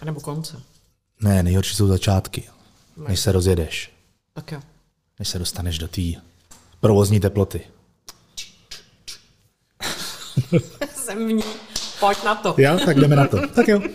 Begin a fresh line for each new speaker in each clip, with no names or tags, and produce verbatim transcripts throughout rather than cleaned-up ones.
A nebo konce.
Ne, nejhorší jsou začátky,
Ne.
než se rozjedeš,
Tak jo.
než se dostaneš do té provozní teploty.
Jsem v ní. Pojď na to.
Jo, tak jdeme na to. Tak jo.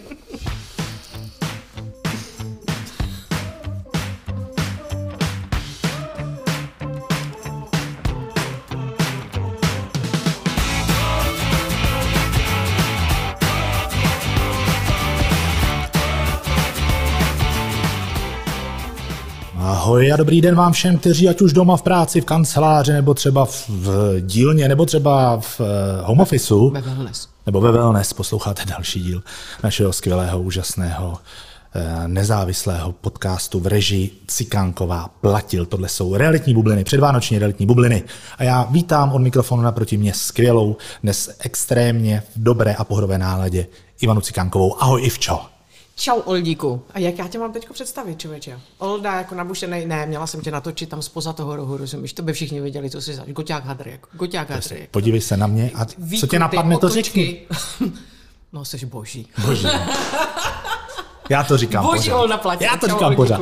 Ahoj a dobrý den vám všem, kteří ať už doma v práci, v kanceláři, nebo třeba v, v dílně, nebo třeba v home officeu,
Ve wellness.
nebo ve wellness posloucháte další díl našeho skvělého, úžasného, nezávislého podcastu v režii Cikánková Platil. Tohle jsou realitní bubliny, předvánoční realitní bubliny. A já vítám od mikrofonu naproti mě skvělou, dnes extrémně v dobré a pohodové náladě Ivanu Cikánkovou. Ahoj Ivčo.
Čau, Oldíku. A jak já tě mám teďko představit, člověče? Olda jako nabušenej, ne, měla jsem tě natočit tam spoza toho rohu, rozumíš? To by všichni věděli, co jsi zač. Goťák hadry, jako. Goťák hadry. Jako.
Podívej se na mě a
Výkuty,
co tě napadne, to řekni.
No, jsi boží.
Boží. Já to říkám
Boží
pořád.
Olda Platě.
Já to
Čau,
říkám
Oldíku.
pořád.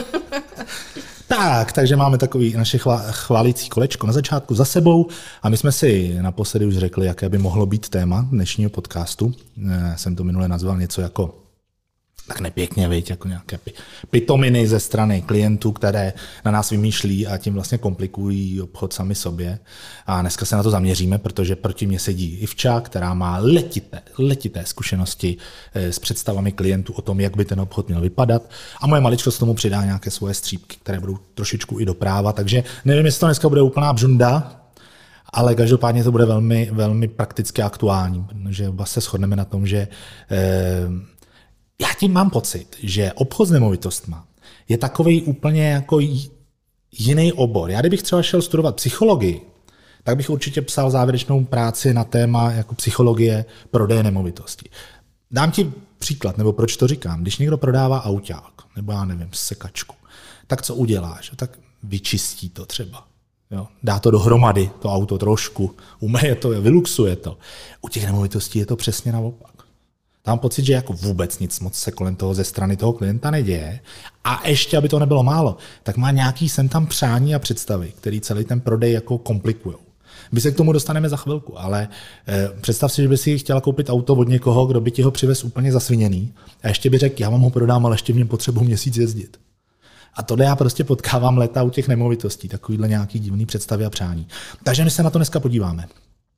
Tak, takže máme takový naše chvá, chválící kolečko na začátku za sebou a my jsme si naposledy už řekli, jaké by mohlo být téma dnešního podcastu. Já jsem to minule nazval něco jako tak nepěkně, viď, jako nějaké pitominy ze strany klientů, které na nás vymýšlí a tím vlastně komplikují obchod sami sobě. A dneska se na to zaměříme, protože proti mě sedí Ivča, která má letité, letité zkušenosti s představami klientů o tom, jak by ten obchod měl vypadat. A moje maličkost tomu přidá nějaké svoje střípky, které budou trošičku i do práva. Takže nevím, jestli to dneska bude úplná bžunda, ale každopádně to bude velmi, velmi prakticky aktuální, protože oba se shodneme na tom, že eh, já tím mám pocit, že obchod s nemovitostma je takovej úplně jako jiný obor. Já kdybych třeba šel studovat psychologii, tak bych určitě psal závěrečnou práci na téma jako psychologie prodeje nemovitosti. Dám ti příklad, nebo proč to říkám. Když někdo prodává auták, nebo já nevím, sekačku, tak co uděláš? Tak vyčistí to třeba. Jo? Dá to dohromady, to auto trošku, umeje to, vyluxuje to. U těch nemovitostí je to přesně naopak. Mám pocit, že jako vůbec nic moc se kolem toho ze strany toho klienta neděje. A ještě, aby to nebylo málo, tak má nějaký sem tam přání a představy, který celý ten prodej jako komplikují. My se k tomu dostaneme za chvilku, ale eh, představ si, že by si chtěla koupit auto od někoho, kdo by ti ho přivez úplně zasviněný a ještě by řekl, já vám ho prodám, ale ještě v něm potřebuji měsíc jezdit. A tohle já prostě potkávám léta u těch nemovitostí, takovýhle nějaký divný představy a přání. Takže my se na to dneska podíváme.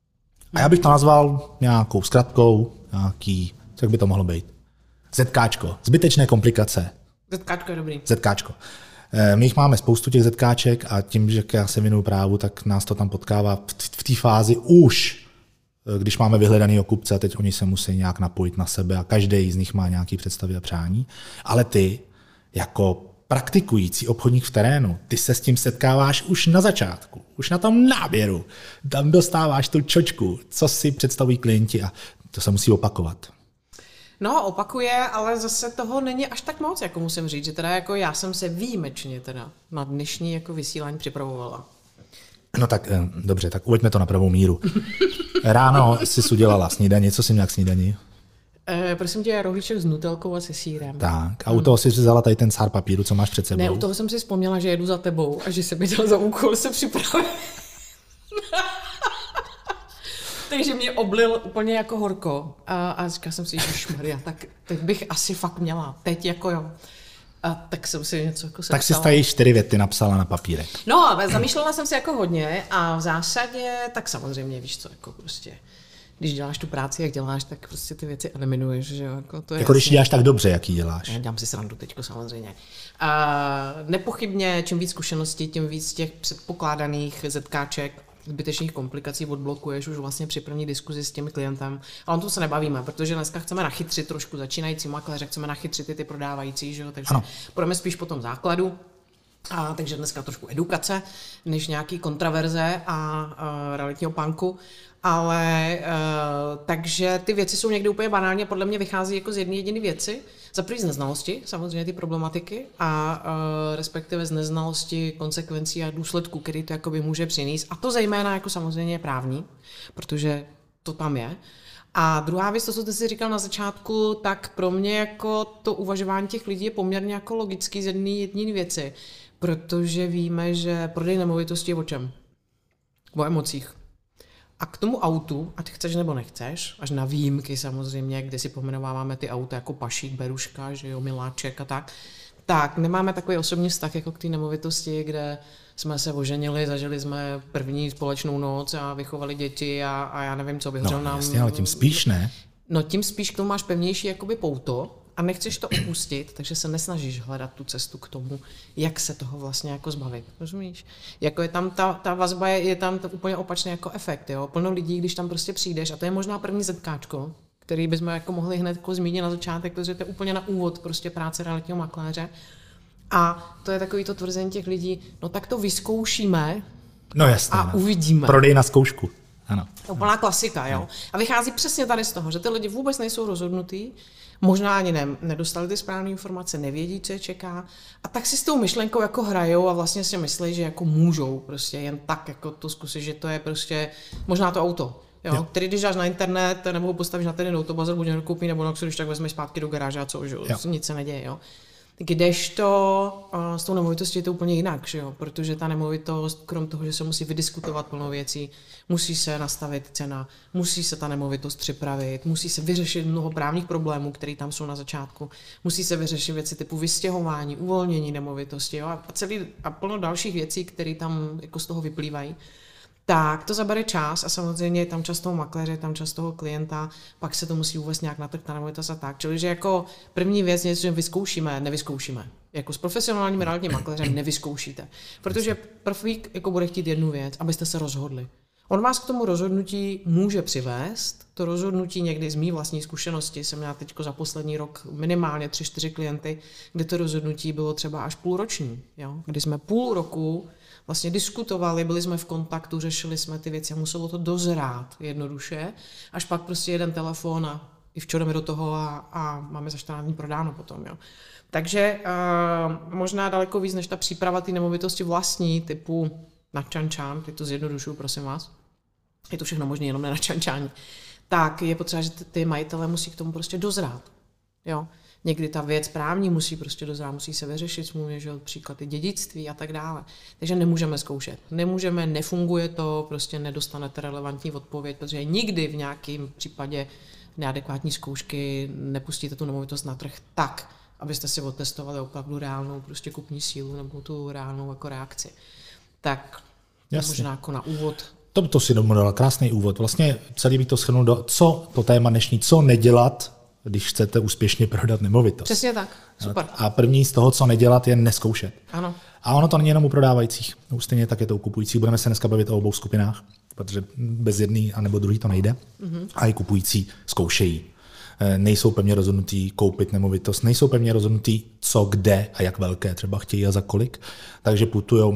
A já bych to nazval nějakou zkratkou, nějaký jak by to mohlo být? Zetkáčko. Zbytečné komplikace.
Zetkáčko je dobrý.
Zetkáčko. My jich máme spoustu těch zetkáček a tím, že já se věnuju právu, tak nás to tam potkává v té fázi už, když máme vyhledanýho kupce a teď oni se musí nějak napojit na sebe a každý z nich má nějaký představy a přání. Ale ty, jako praktikující obchodník v terénu, ty se s tím setkáváš už na začátku, už na tom náběru. Tam dostáváš tu čočku, co si představují klienti a to se musí opakovat.
No, opakuje, ale zase toho není až tak moc, jako musím říct, že teda jako já jsem se výjimečně teda na dnešní jako vysílání připravovala.
No tak dobře, tak uveďme to na pravou míru. Ráno jsi udělala snídani, co jsi měl k snídani?
E, prosím tě, rohlíček s nutelkou a se sýrem.
Tak, a u toho jsi vzala tady ten cár papíru, co máš před sebou?
Ne, u toho jsem si vzpomněla, že jedu za tebou a že se mi dal za úkol se připravit. Takže mě oblil úplně jako horko. A, a říkala jsem si, ježišmarja, tak teď bych asi fakt měla. Teď jako jo. A tak jsem si něco jako sepsala.
Tak si tady čtyři věty napsala na papírek.
No, ale zamýšlela jsem si jako hodně a v zásadě, tak samozřejmě, víš co, jako prostě, když děláš tu práci, jak děláš, tak prostě ty věci eliminuješ, že jo. Jako, to je
jako
jasný.
Když děláš tak dobře, jaký děláš.
Já dělám si srandu teďko samozřejmě. A nepochybně, čím víc zkušeností, tím víc těch předpokládaných zetkáček, zbytečných komplikací odblokuješ už vlastně při první diskuzi s těmi klientem. Ale on to se nebavíme, protože dneska chceme nachytřit trošku začínající makléře, chceme nachytřit i ty prodávající, že jo? Takže ano. Půjdeme spíš po tom základu. A, takže dneska trošku edukace, než nějaký kontraverze a, a realitního punku. Ale uh, takže ty věci jsou někdy úplně banálně, podle mě vychází jako z jedné jediné věci. Za první z neznalosti, samozřejmě ty problematiky, a uh, respektive z neznalosti konsekvencí a důsledků, který to jakoby může přinést. A to zejména jako samozřejmě právní, protože to tam je. A druhá věc, to, co ty jsi říkal na začátku, tak pro mě jako to uvažování těch lidí je poměrně jako logický z jedné jediné věci, protože víme, že prodej nemovitosti je o čem? O emocích. A k tomu autu, ať chceš nebo nechceš, až na výjimky samozřejmě, kde si pomenováváme ty auta jako Pašík, Beruška, že jo, Miláček a tak, tak nemáme takový osobní vztah jako k té nemovitosti, kde jsme se oženili, zažili jsme první společnou noc a vychovali děti a, a já nevím, co vyhořel
no,
nám.
Jasně, ale tím spíš ne.
No tím spíš k tomu máš pevnější jakoby pouto a nechceš to opustit, takže se nesnažíš hledat tu cestu k tomu, jak se toho vlastně jako zbavit. Rozumíš? Jako je tam ta, ta vazba, je, je tam to úplně opačný jako efekt. Jo? Plno lidí, když tam prostě přijdeš, a to je možná první zetkáčko, který bychom jako mohli hned jako zmínit na začátek, protože to je úplně na úvod prostě práce realitního makléře. A to je takový to tvrzení těch lidí, no tak to vyzkoušíme
no jasně,
a
no.
uvidíme.
Prodej na zkoušku. Ano.
Úplná klasika, jo. A vychází přesně tady z toho, že ty lidi vůbec nejsou rozhodnutí, možná ani ne, nedostali ty správné informace, nevědí, co je čeká, a tak si s tou myšlenkou jako hrajou a vlastně si myslí, že jako můžou prostě jen tak jako to zkusit, že to je prostě možná to auto. Jo, jo. Který když dáš na internet nebo ho postavíš na ten autobazar, buď ho koupí, nebo když tak vezmeš zpátky do garáže a co, že jo, nic se neděje, jo. Kdežto uh, s tou nemovitostí je to úplně jinak, že jo? Protože ta nemovitost, krom toho, že se musí vydiskutovat plno věcí, musí se nastavit cena, musí se ta nemovitost připravit, musí se vyřešit mnoho právních problémů, které tam jsou na začátku, musí se vyřešit věci typu vystěhování, uvolnění nemovitosti, jo? A, celý, a plno dalších věcí, které tam jako z toho vyplývají. Tak to zabere čas a samozřejmě je tam čas toho makléře, tam čas toho klienta, pak se to musí vůbec nějak natrhnout na nemovitost a tak. Čili, že jako první věc něco, že vyzkoušíme, nevyzkoušíme. Jako s profesionálním realitním makléřem nevyzkoušíte. Protože profík jako bude chtít jednu věc, abyste se rozhodli. On vás k tomu rozhodnutí může přivést. To rozhodnutí někdy z mý vlastní zkušenosti jsem měla teď za poslední rok minimálně tři, čtyři klienty, kde to rozhodnutí bylo třeba až půlroční. Jo? Kdy jsme půl roku vlastně diskutovali, byli jsme v kontaktu, řešili jsme ty věci a muselo to dozrát jednoduše, až pak prostě jeden telefon a i včera jdeme do toho a, a máme za čtrnáct dní prodáno potom. Jo. Takže uh, možná daleko víc než ta příprava té nemovitosti vlastní, typu na čančán, teď to zjednodušuju, prosím vás, je to všechno možné, jenom ne na čančání, tak je potřeba, že ty majitelé musí k tomu prostě dozrát. Jo. Někdy ta věc právní musí prostě dozrát, musí se vyřešit smluvně, že příklad i dědictví a tak dále. Takže nemůžeme zkoušet. Nemůžeme, nefunguje to, prostě nedostanete relevantní odpověď, protože nikdy v nějakém případě neadekvátní zkoušky nepustíte tu nemovitost na trh tak, abyste si otestovali opravdu reálnou prostě kupní sílu nebo tu reálnou jako reakci. Tak možná jako na úvod.
To, to si domluvila, krásný úvod. Vlastně celý bych to shrnul do, co to téma dnešní, co nedělat, když chcete úspěšně prodat nemovitost.
Přesně tak, super.
A první z toho, co nedělat, je neskoušet.
Ano.
A ono to není jenom u prodávajících, no, stejně tak je to u kupujících. Budeme se dneska bavit o obou skupinách, protože bez jedný anebo druhý to nejde. Mm-hmm. A i kupující zkoušejí. Nejsou pevně rozhodnutí koupit nemovitost, nejsou pevně rozhodnutí, co, kde a jak velké třeba chtějí a za kolik. Takže putujou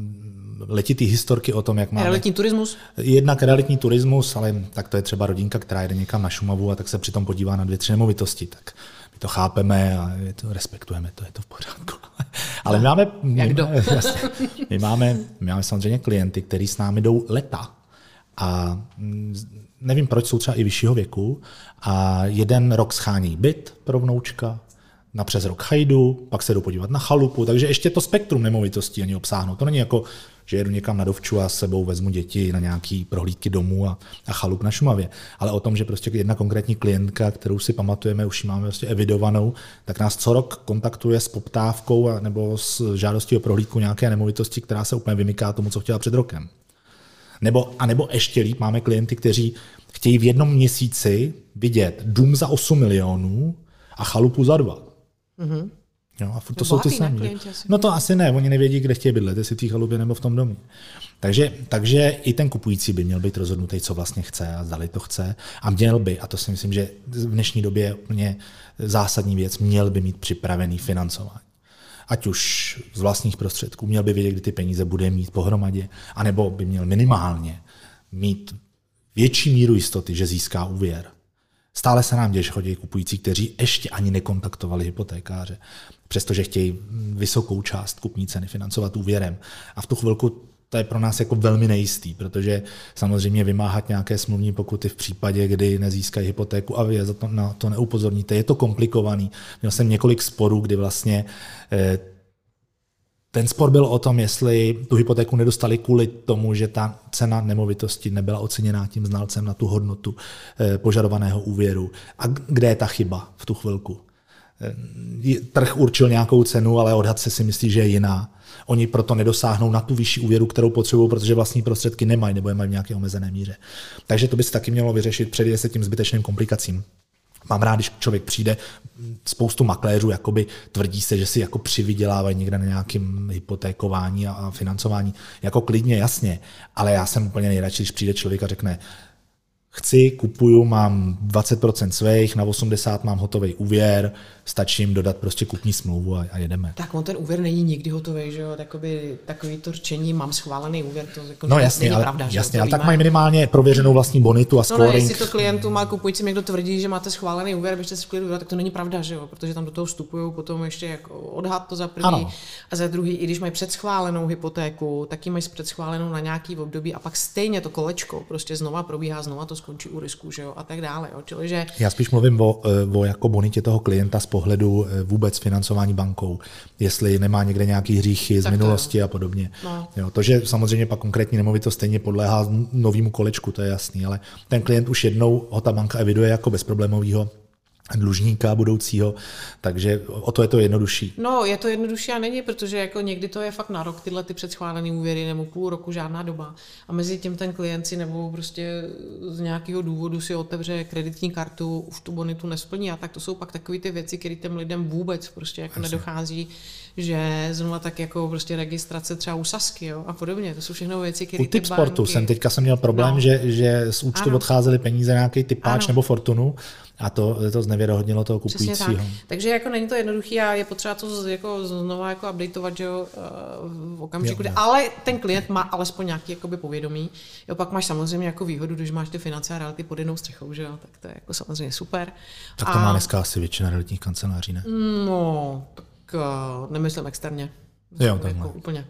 letitý historky o tom, jak máme...
Realitní turismus?
Jednak realitní turismus, ale tak to je třeba rodinka, která jede někam na Šumavu a tak se přitom podívá na dvě, tři nemovitosti. Tak my to chápeme a to respektujeme, to je to v pořádku. Ale my máme...
Jak kdo?
My máme, my máme samozřejmě klienty, kteří s námi jdou leta. A nevím, proč jsou třeba i vyššího věku. A jeden rok schání byt pro vnoučka, na přes rok chajdu, pak se jdu podívat na chalupu, takže ještě to spektrum nemovitostí ani obsáhnout. To není jako, že jedu někam na dovču a s sebou vezmu děti na nějaký prohlídky domů a, a chalup na Šumavě. Ale o tom, že prostě jedna konkrétní klientka, kterou si pamatujeme, už ji máme prostě evidovanou, tak nás co rok kontaktuje s poptávkou a, nebo s žádostí o prohlídku nějaké nemovitosti, která se úplně vymyká tomu, co chtěla před rokem. Nebo, a nebo ještě líp, máme klienty, kteří chtějí v jednom měsíci vidět dům za osm milionů a chalupu za dva. Mm-hmm. Jo, a to, to jsou ty samé. No to asi ne, oni nevědí, kde chtějí bydlet, jestli v té chalupě nebo v tom domě. Takže, takže i ten kupující by měl být rozhodnutý, co vlastně chce a zdali to chce. A měl by, a to si myslím, že v dnešní době je úplně zásadní věc, měl by mít připravený financování. Ať už z vlastních prostředků, měl by vědět, kdy ty peníze bude mít pohromadě, anebo by měl minimálně mít větší míru jistoty, že získá úvěr. Stále se nám děje, že chodí kupující, kteří ještě ani nekontaktovali hypotékáře, přestože chtějí vysokou část kupní ceny financovat úvěrem. A v tu chvilku to je pro nás jako velmi nejistý, protože samozřejmě vymáhat nějaké smluvní pokuty v případě, kdy nezískají hypotéku a vy za to, na to neupozorníte, je to komplikovaný. Měl jsem několik sporů, kdy vlastně eh, ten spor byl o tom, jestli tu hypotéku nedostali kvůli tomu, že ta cena nemovitosti nebyla oceněná tím znalcem na tu hodnotu eh, požadovaného úvěru. A kde je ta chyba v tu chvilku? Eh, trh určil nějakou cenu, ale odhad se si myslí, že je jiná. Oni proto nedosáhnou na tu vyšší úvěru, kterou potřebují, protože vlastní prostředky nemají nebo je mají v nějaké omezené míře. Takže to by se taky mělo vyřešit, předejde se tím zbytečným komplikacím. Mám rád, když člověk přijde, spoustu makléřů jakoby tvrdí se, že si jako přivydělávají někde na nějakém hypotékování a financování. Jako klidně, jasně, ale já jsem úplně nejradši, když přijde člověk a řekne, chci, kupuju, mám dvacet procent svých, na osmdesát mám hotový úvěr, stačí jim dodat prostě kupní smlouvu a, a jedeme.
Tak on ten úvěr není nikdy hotový, že jo, takový, takový to řečení, mám schválený úvěr, to jako
no jasně,
není
ale,
pravda.
Jasně, ale tak mají minimálně prověřenou vlastní bonitu a scoring.
No ne, jestli to klientům a kupujícím někdo tvrdí, že máte schválený úvěr, běžte si v klidu, tak to není pravda, že jo, protože tam do toho vstupují potom ještě jako odhad to za první ano. A za druhý, i když mají předschválenou hypotéku, tak ji mají předschválenou na nějaký období a pak stejně to kolečko prostě znova probíhá, znova to skončí u risku, že jo, a tak dále, jo. Čili, že...
Já spíš mluvím o, o jako bonitě toho klienta z pohledu vůbec financování bankou, jestli nemá někde nějaký hříchy z tak minulosti a podobně. No. Jo, to, že samozřejmě pak konkrétní nemovitost stejně podléhá novému kolečku, to je jasný, ale ten klient už jednou ho ta banka eviduje jako bezproblémovýho dlužníka budoucího, takže o to je to jednodušší.
No, je to jednodušší a není, protože jako někdy to je fakt na rok, tyhle ty předschválené úvěry, nebo půl roku, žádná doba. A mezi tím ten klient si nebo prostě z nějakého důvodu si otevře kreditní kartu, už tu bonitu nesplní a tak to jsou pak takové ty věci, které těm lidem vůbec prostě jako Jasně. nedochází, že znovu tak jako prostě registrace třeba u Sasky, jo, a podobně. To jsou všechno věci, které
u typ sportu banky... jsem teďka jsem měl problém, no. že, že z účtu ano. odcházely peníze nějaký typáč ano. nebo Fortunu. A to, to znevěrohodnilo toho kupujícího.
Tak. Takže jako není to jednoduché a je potřeba to jako znova jako updateovat, že jo, v okamžiku, jo, jo. ale ten klient má alespoň nějaký jakoby povědomí. Jo, pak máš samozřejmě jako výhodu, když máš ty finance a reality pod jednou střechou, že jo, tak to je jako samozřejmě super.
Tak to a... má dneska asi většina realitních kanceláří, ne?
No, tak uh, nemyslím externě.
Jo, tak
jako úplně.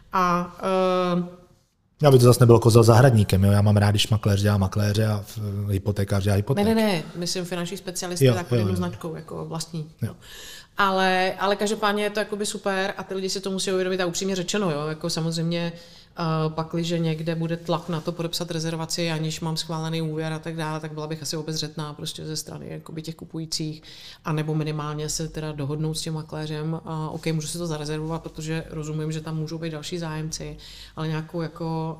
A uh,
aby to zase nebylo kozel zahradníkem, jo? Já mám rád, když makléř dělá makléře a hypotékář dělá hypotéky.
Ne, ne, ne, myslím finanční specialisty tak jednou značkou, jako vlastní. Jo. Ale, ale každopádně je to jakoby super a ty lidi si to musí uvědomit a upřímně řečeno, jo? Jako samozřejmě uh, pakliže někde bude tlak na to podepsat rezervaci, aniž mám schválený úvěr a tak dále, tak byla bych asi obezřetná prostě ze strany jakoby těch kupujících, anebo minimálně se teda dohodnout s tím makléřem. Uh, OK, můžu si to zarezervovat, protože rozumím, že tam můžou být další zájemci, ale nějakou jako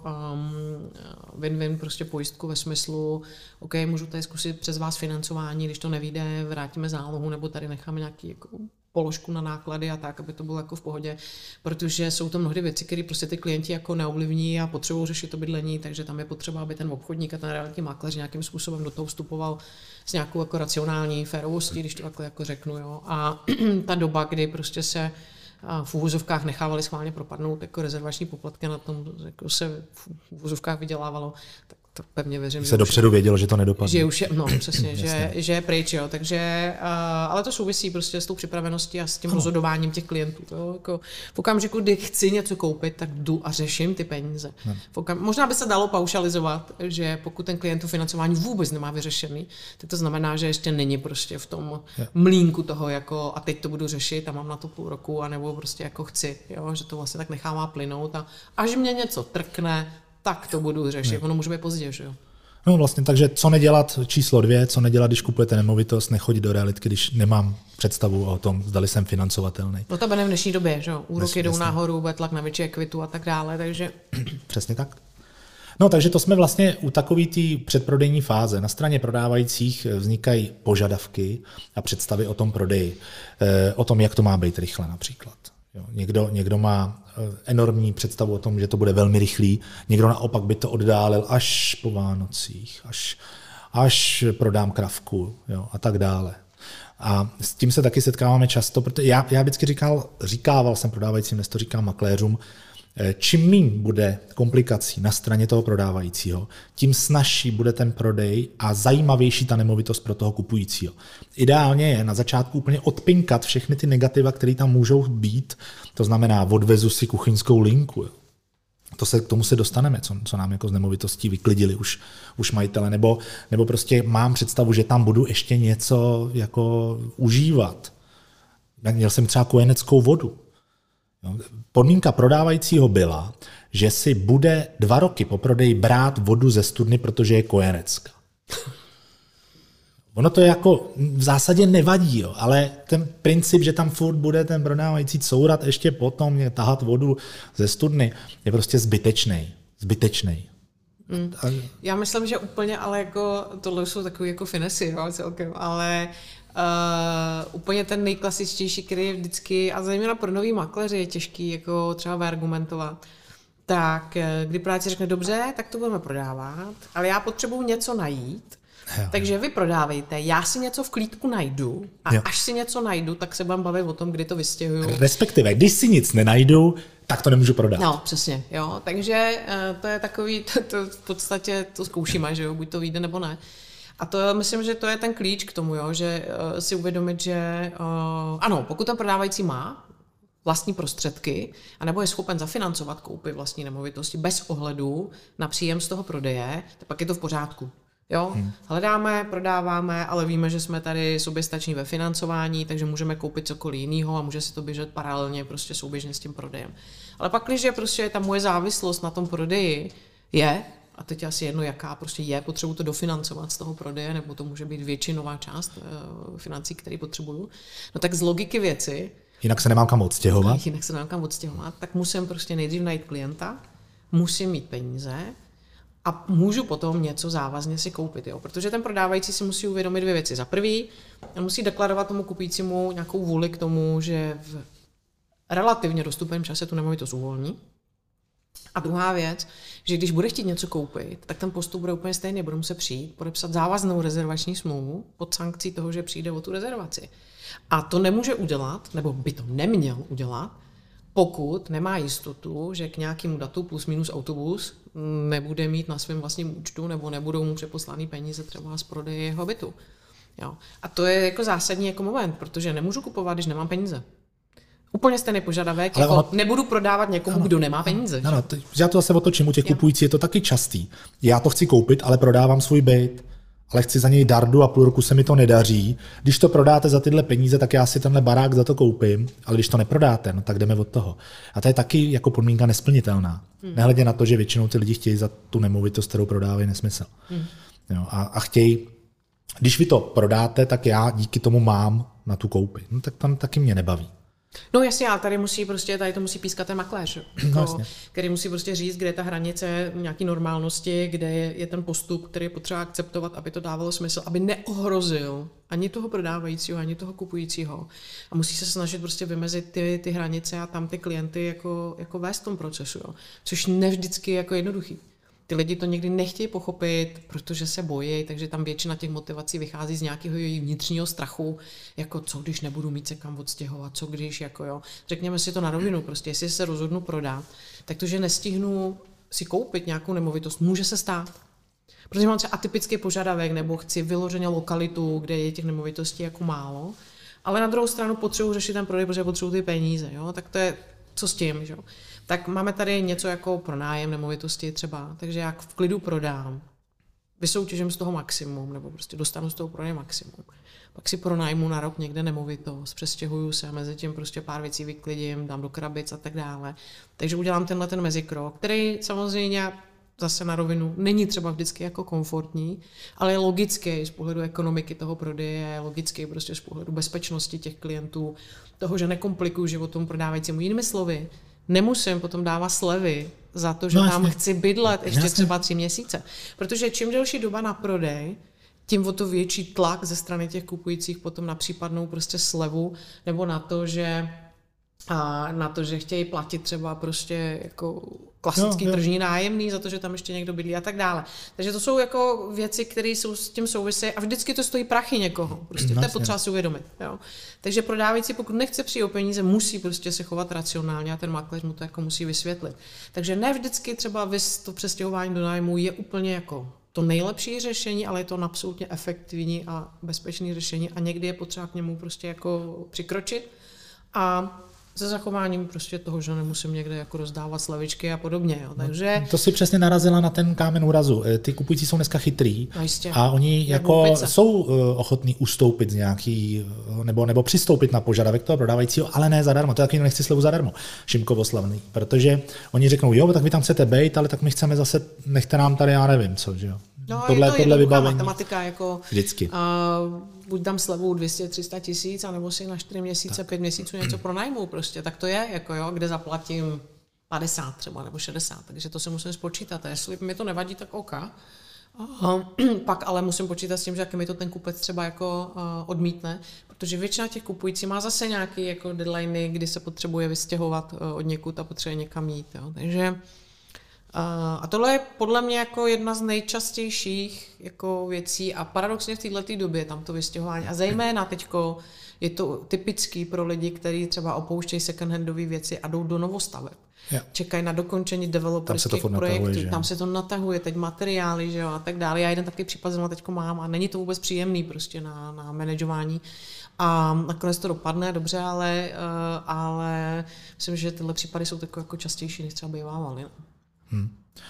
um, win-win prostě pojistku ve smyslu, OK, můžu tady zkusit přes vás financování, když to nevyjde, vrátíme zálohu, nebo tady necháme nějaký jako položku na náklady a tak, aby to bylo jako v pohodě, protože jsou to mnohdy věci, které prostě ty klienti jako neovlivní a potřebují řešit to bydlení, takže tam je potřeba, aby ten obchodník a ten realitní makléř nějakým způsobem do toho vstupoval s nějakou jako racionální férovostí, když to takhle jako řeknu, jo. A ta doba, kdy prostě se v úvozovkách nechávali schválně propadnout jako rezervační poplatky, na tom jako se v úvozovkách vydělávalo, tak to pevně věřím.
Se dopředu vědělo, že to nedopadne.
Že už je, no přesně, že, že je pryč, jo, takže, uh, ale to souvisí prostě s tou připraveností a s tím ano. rozhodováním těch klientů. To, jako, v okamžiku, kdy chci něco koupit, tak jdu a řeším ty peníze. Okam, možná by se dalo paušalizovat, že pokud ten klient to financování vůbec nemá vyřešený, tak to znamená, že ještě není prostě v tom je. mlínku toho, jako a teď to budu řešit a mám na to půl roku, anebo prostě jako chci, jo, že to vlastně tak nechává plynout a až mě něco trkne, tak to budu řešit. Ne. Ono může být pozdě, že jo?
No vlastně, takže co nedělat číslo dvě, co nedělat, když kupujete nemovitost, nechodit do realitky, když nemám představu o tom, zdali jsem financovatelný.
No to bude v dnešní době, že jo? Úroky jdou nahoru, bude tlak na větší ekvitu a tak dále, takže...
Přesně tak. No takže to jsme vlastně u takové té předprodejní fáze. Na straně prodávajících vznikají požadavky a představy o tom prodeji, o tom, jak to má být rychle například. Jo, někdo, někdo má enormní představu o tom, že to bude velmi rychlý, někdo naopak by to oddálil až po Vánocích, až, až prodám kravku, jo, a tak dále. A s tím se taky setkáváme často, protože já, já vždycky říkal, říkával jsem prodávajícím, dnes to říkám makléřům, čím méně bude komplikací na straně toho prodávajícího, tím snazší bude ten prodej a zajímavější ta nemovitost pro toho kupujícího. Ideálně je na začátku úplně odpinkat všechny ty negativa, které tam můžou být, to znamená odvezu si kuchyňskou linku, To se, k tomu se dostaneme, co, co nám jako z nemovitostí vyklidili už, už majitele, nebo, nebo prostě mám představu, že tam budu ještě něco jako užívat. Měl jsem třeba kojeneckou vodu. Podmínka prodávajícího byla, že si bude dva roky po prodeji brát vodu ze studny, protože je kojenecká. Ono to jako v zásadě nevadí, jo, ale ten princip, že tam furt bude ten prodávající courat ještě potom je tahat vodu ze studny, je prostě zbytečný. Zbytečný.
Mm. Já myslím, že úplně, ale jako tohle jsou takové jako finesy, jo, celkem, ale uh, úplně ten nejklasičtější, který je vždycky, a zejména pro nový makléři je těžký jako třeba vyargumentovat, tak kdy práci řekne, dobře, tak to budeme prodávat, ale já potřebuji něco najít, jo. Takže vy prodávejte, já si něco v klídku najdu a jo. Až si něco najdu, tak se budeme bavit o tom, kdy to vystěhuju.
Respektive, když si nic nenajdu, tak to nemůžu prodat.
No, přesně, jo. Takže to je takový, to, to v podstatě to zkoušíme, že jo, buď to vyjde nebo ne. A to myslím, že to je ten klíč k tomu, jo, že uh, si uvědomit, že uh, ano, pokud ten prodávající má vlastní prostředky, anebo je schopen zafinancovat koupy vlastní nemovitosti bez ohledu na příjem z toho prodeje, tak pak je to v pořádku. Jo? Hmm. Hledáme, prodáváme, ale víme, že jsme tady soběstační ve financování, takže můžeme koupit cokoliv jiného a může si to běžet paralelně prostě souběžně s tím prodejem. Ale pak, když je prostě ta moje závislost na tom prodeji je, a teď asi jedno jaká, prostě je, potřebuji to dofinancovat z toho prodeje, nebo to může být většinová část uh, financí, které potřebuju, no tak z logiky věci,
jinak se nemám kam odstěhovat.
Jinak se nemám kam odstěhovat, tak musím prostě nejdřív najít klienta, musím mít peníze, a můžu potom něco závazně si koupit, jo? Protože ten prodávající si musí uvědomit dvě věci. Za prvý, musí deklarovat tomu kupujícímu nějakou vůli k tomu, že v relativně dostupném čase tu nemovitost uvolní. A druhá věc, že když bude chtít něco koupit, tak ten postup bude úplně stejný. Bude muset přijít, podepsat závaznou rezervační smlouvu pod sankcí toho, že přijde o tu rezervaci. A to nemůže udělat, nebo by to neměl udělat, pokud nemá jistotu, že k nějakému datu plus minus autobus nebude mít na svém vlastním účtu nebo nebudou mu přeposlány peníze třeba z prodeje jeho bytu. Jo. A to je jako zásadní jako moment, protože nemůžu kupovat, když nemám peníze. Úplně stejný požadavek, jako ono... nebudu prodávat někomu, ano, kdo nemá peníze.
Ano, ano, já to zase otočím, u těch kupující je to taky častý. Já to chci koupit, ale prodávám svůj byt, ale chci za něj dardu a půl roku se mi to nedaří. Když to prodáte za tyhle peníze, tak já si tenhle barák za to koupím, ale když to neprodáte, no, tak jdeme od toho. A to je taky jako podmínka nesplnitelná. Hmm. Nehledě na to, že většinou ty lidi chtějí za tu nemovitost, kterou prodávají, nesmysl. Hmm. Jo, a, a chtějí, když vy to prodáte, tak já díky tomu mám na tu koupi. No, tak tam taky mě nebaví.
No jasně, ale tady musí prostě, tady to musí pískat ten makléř, jako, no, který musí prostě říct, kde je ta hranice nějaký normálnosti, kde je, je ten postup, který je potřeba akceptovat, aby to dávalo smysl, aby neohrozil ani toho prodávajícího, ani toho kupujícího. A musí se snažit prostě vymezit ty, ty hranice a tam ty klienty jako, jako vést v tom procesu, jo. Což nevždycky je jako jednoduchý. Ty lidi to někdy nechtějí pochopit, protože se bojí, takže tam většina těch motivací vychází z nějakého vnitřního strachu, jako co když nebudu mít se kam odstěhovat, co když, jako jo. Řekněme si to na rovinu, prostě jestli se rozhodnu prodat, tak to, že nestihnu si koupit nějakou nemovitost, může se stát. Protože mám třeba atypický požadavek, nebo chci vyloženě lokalitu, kde je těch nemovitostí jako málo, ale na druhou stranu potřebuji řešit ten prodej, protože potřebuji ty peníze, jo, tak to je co s tím, že? Tak máme tady něco jako pronájem nemovitosti třeba, takže jak v klidu prodám, vysoutěžím z toho maximum, nebo prostě dostanu z toho prodeje maximum. Pak si pronajmu na rok někde nemovitost, přestěhuju se, mezi tím prostě pár věcí vyklidím, dám do krabic a tak dále. Takže udělám tenhle ten mezikrok, který samozřejmě zase na rovinu není třeba vždycky jako komfortní, ale je logický z pohledu ekonomiky toho prodeje, je logický prostě z pohledu bezpečnosti těch klientů, toho, že nekomplikuju život tomu prodávajícímu. Jinými slovy, nemusím potom dávat slevy za to, že no, tam chci bydlet ještě jasně. třeba tři měsíce. Protože čím delší doba na prodej, tím o to větší tlak ze strany těch kupujících potom na případnou prostě slevu, nebo na to, že a na to, že chtějí platit třeba prostě jako klasický jo, jo. tržní nájemný za to, že tam ještě někdo bydlí a tak dále. Takže to jsou jako věci, které jsou s tím souvisejí a vždycky to stojí prachy někoho. Prostě to je potřeba si uvědomit. Jo. Takže prodávající, pokud nechce přijít o peníze, musí prostě se chovat racionálně a ten makléř mu to jako musí vysvětlit. Takže ne vždycky třeba vys to přestěhování do nájmu je úplně jako to nejlepší řešení, ale je to absolutně efektivní a bezpečné řešení a někdy je potřeba k němu prostě jako přikročit. A se zachováním prostě toho, že nemusím někde jako rozdávat slevičky a podobně. Jo. Takže...
No, to si přesně narazila na ten kámen úrazu. Ty kupující jsou dneska chytrý
no
a oni jako jsou ochotní ustoupit z nějaký, nebo, nebo přistoupit na požadavek toho prodávajícího, ale ne zadarmo. To taky nechci slevu zadarmo, Šimkovo slavný. Protože oni řeknou, jo, tak vy tam chcete bejt, ale tak my chceme zase, nechte nám tady, já nevím co, že jo.
No,
tohle,
je to
tohle vybavení.
Matematika jako
vždycky.
Uh, buď dám slevu dvě stě tři sta tisíc, anebo si na čtyři měsíce, tak. pět měsíců něco pronajmu prostě. Tak to je, jako jo, kde zaplatím padesát třeba nebo šedesát, takže to si musím spočítat. A jestli mi to nevadí, tak OK. Uh, pak ale musím počítat s tím, že jak mi to ten kupec třeba jako uh, odmítne, protože většina těch kupující má zase nějaký jako deadliney, kdy se potřebuje vystěhovat uh, od někud a potřebuje někam jít. Jo. Takže Uh, a tohle je podle mě jako jedna z nejčastějších jako věcí a paradoxně v této době tam to vystěhování a zejména teďko je to typický pro lidi, kteří třeba opouštějí second-handové věci a jdou do novostaveb. Yeah. Čekají na dokončení developerských projektů, natahuje, tam se to natahuje, teď materiály, že jo, a tak dále. Já jeden takový případ zrovna teďko mám a není to vůbec příjemný prostě na, na manažování. A nakonec to dopadne dobře, ale, uh, ale myslím, že tyhle případy jsou takové jako častější, než třeba bývávaly. No.
Hmm.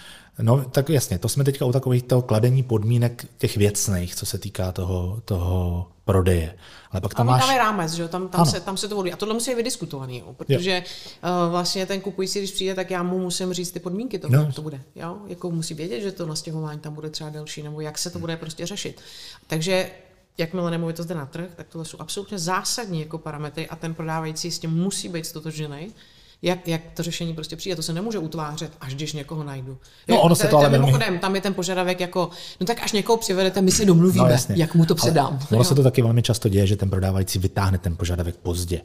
No tak jasně, to jsme teďka u takových toho kladení podmínek těch věcných, co se týká toho, toho prodeje. Ale pak tam
máš...
tam
je rámec, že? Tam, tam, se, tam se to volí. A tohle musí být vydiskutovaný, jo? Protože uh, vlastně ten kupující, když přijde, tak já mu musím říct ty podmínky toho, no. jak to bude. Jo? Jako musí vědět, že to nastěhování tam bude třeba delší, nebo jak se to bude prostě řešit. Takže jakmile nemovitost jde na trh, tak tohle jsou absolutně zásadní jako parametry a ten prodávající s tím musí být stotožněný. Jak, jak to řešení prostě přijde, to se nemůže utvářet, až když někoho najdu.
No, ono se to ale
mimochodem, tam je ten požadavek jako, no tak až někoho přivedete, my si domluvíme, no, jak mu to předám.
Ono se to taky velmi často děje, že ten prodávající vytáhne ten požadavek pozdě.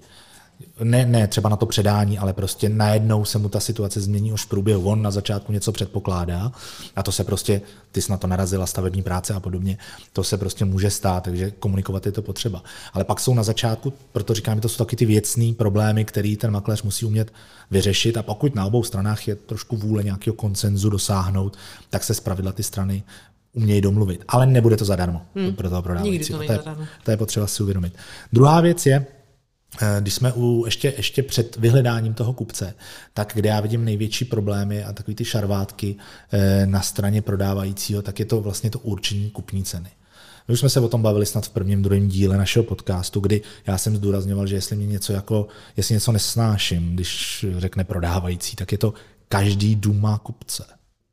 Ne, ne třeba na to předání, ale prostě najednou se mu ta situace změní už v průběhu. On na začátku něco předpokládá a to se prostě, ty jsi na to narazila, stavební práce a podobně, to se prostě může stát, takže komunikovat je to potřeba. Ale pak jsou na začátku, proto říkám, že to jsou taky ty věcný problémy, který ten makléř musí umět vyřešit a pokud na obou stranách je trošku vůle nějakého konsenzu dosáhnout, tak se zpravidla ty strany umějí domluvit. Ale nebude to zadarmo hmm. pro toho prodávajícího. To, to, to je potřeba si uvědomit. Druhá věc je, když jsme u, ještě, ještě před vyhledáním toho kupce, tak kde já vidím největší problémy a takový ty šarvátky na straně prodávajícího, tak je to vlastně to určení kupní ceny. My už jsme se o tom bavili snad v prvním, druhém díle našeho podcastu, kdy já jsem zdůrazňoval, že jestli mě něco jako, jestli něco nesnáším, když řekne prodávající, tak je to každý dům má kupce.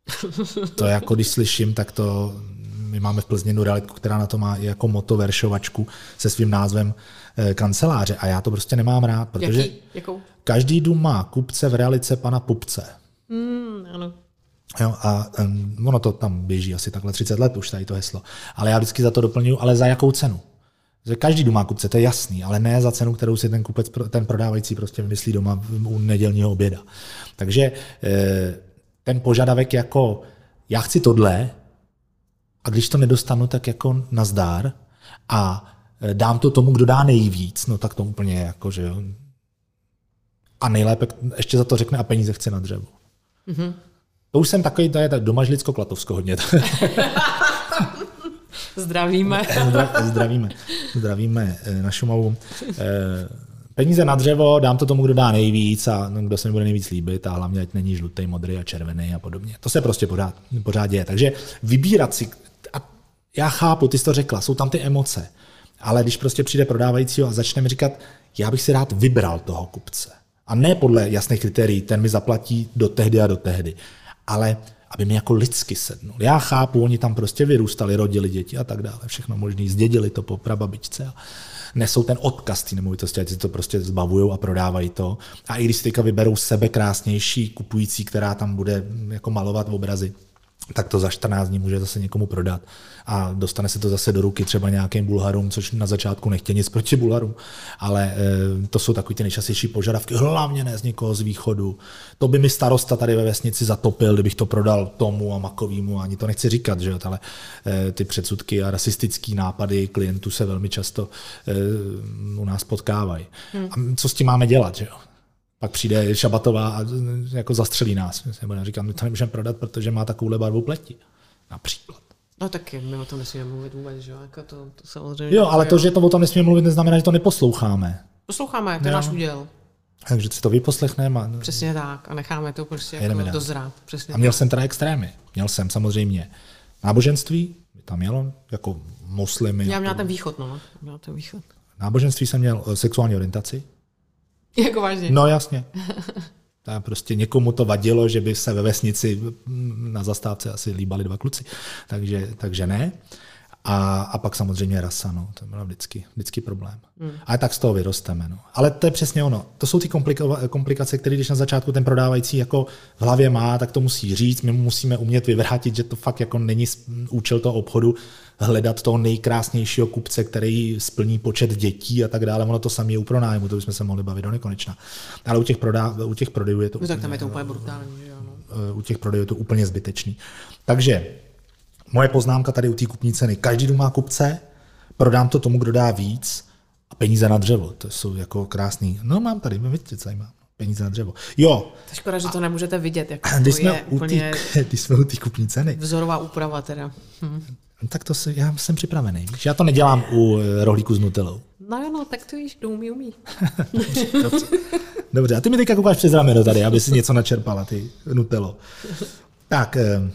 To jako když slyším, tak to my máme v Plzni jednu realitku, která na to má i jako moto veršovačku se svým názvem e, kanceláře a já to prostě nemám rád, protože
Jaký? Jakou?
Každý dům má kupce v realice pana Pupce.
Mm, ano.
Jo, a um, ono to tam běží asi takhle třicet let už tady to heslo. Ale já vždycky za to doplňuji, ale za jakou cenu? Že každý dům má kupce, to je jasný, ale ne za cenu, kterou si ten kupec, ten prodávající prostě vymyslí doma u nedělního oběda. Takže e, ten požadavek jako já chci tohle, a když to nedostanu, tak jako nazdár a dám to tomu, kdo dá nejvíc, no tak to úplně jako, že jo. A nejlépe ještě za to řekne a peníze chce na dřevo. Mm-hmm. To už jsem takový, to je tak domažlicko-klatovsko hodně.
Zdravíme.
Zdravíme. Zdravíme na Šumavu. Peníze na dřevo, dám to tomu, kdo dá nejvíc a kdo se mi bude nejvíc líbit a hlavně ať není žlutý, modrý a červený a podobně. To se prostě pořád, pořád děje. Takže vybírat si, a já chápu, ty jsi to řekla, jsou tam ty emoce, ale když prostě přijde prodávajícího a začne mi říkat, já bych si rád vybral toho kupce. A ne podle jasných kritérií, ten mi zaplatí do tehdy a do tehdy, ale aby mi jako lidsky sednul. Já chápu, oni tam prostě vyrůstali, rodili děti a tak dále, všechno možný, zdědili to po prababičce a nesou ten odkaz té nemovitosti, ať si to prostě zbavujou a prodávají to. A i když si teďka vyberou sebe krásnější kupující, která tam bude jako malovat obrazy, tak to za čtrnáct dní může zase někomu prodat a dostane se to zase do ruky třeba nějakým Bulharům, což na začátku nechtějí nic proti Bulharům, ale e, to jsou takový ty nejčastější požadavky, hlavně ne z někoho z východu. To by mi starosta tady ve vesnici zatopil, kdybych to prodal tomu a makovýmu, ani to nechci říkat, že jo, ale e, ty předsudky a rasistický nápady klientů se velmi často e, u nás potkávají. Hmm. A co s tím máme dělat, že jo? Pak přijde Šabatová a jako zastřelí nás. Já říkám, my to nemůžeme prodat, protože má takovouhle barvu pleti. Například.
No tak my o tom nesmíme mluvit vůbec, že jo? Jako to, to samozřejmě
jo, ale to, že to o tom nesmíme mluvit, neznamená, že to neposloucháme.
Posloucháme, to je náš úděl.
Takže si to vyposlechneme. A...
Přesně tak. A necháme to prostě jako dozrát. Přesně
a měl
tak.
jsem teda extrémy. Měl jsem samozřejmě náboženství, tam mělo jako muslimy.
Já
jako...
měla ten východ, no. Měla ten východ.
Náboženství jsem měl sexuální orientaci.
Jako vážně?
No jasně. Tam prostě někomu to vadilo, že by se ve vesnici na zastávce asi líbali dva kluci. Takže, takže ne. A, a pak samozřejmě rasa, no, to byl vždycky, vždycky problém. Hmm. Ale tak z toho vyrosteme. No. Ale to je přesně ono. To jsou ty komplikace, které když na začátku ten prodávající jako v hlavě má, tak to musí říct. My mu musíme umět vyvrátit, že to fakt jako není účel toho obchodu hledat toho nejkrásnějšího kupce, který splní počet dětí a tak dále. Ono to samé je u pronájmu, to bychom se mohli bavit do nekonečna. Ale u těch, prodá, u těch prodejů je to
no,
úplně,
tak tam je to úplně brutální. Že ano.
U těch prodejů je to úplně zbytečný. Takže moje poznámka tady u té kupní ceny. Každý, kdo má kupce, prodám to tomu, kdo dá víc a peníze na dřevo. To jsou jako krásný. No mám tady, vidíte, co mám. Peníze na dřevo. Jo.
To škoda, že to nemůžete vidět. Jako
když,
to
jsme
je úplně
tý, když jsme u té kupní ceny.
Vzorová úprava teda. Hm.
No, tak to si, já jsem připravený. Já to nedělám u rohlíku s nutelou.
No jo, no, tak to víš, kdo umí, umí.
Dobře. Dobře, a ty mi teďka koukáš přes rameno tady, aby si něco načerpala, ty nutelo. Tak, eh,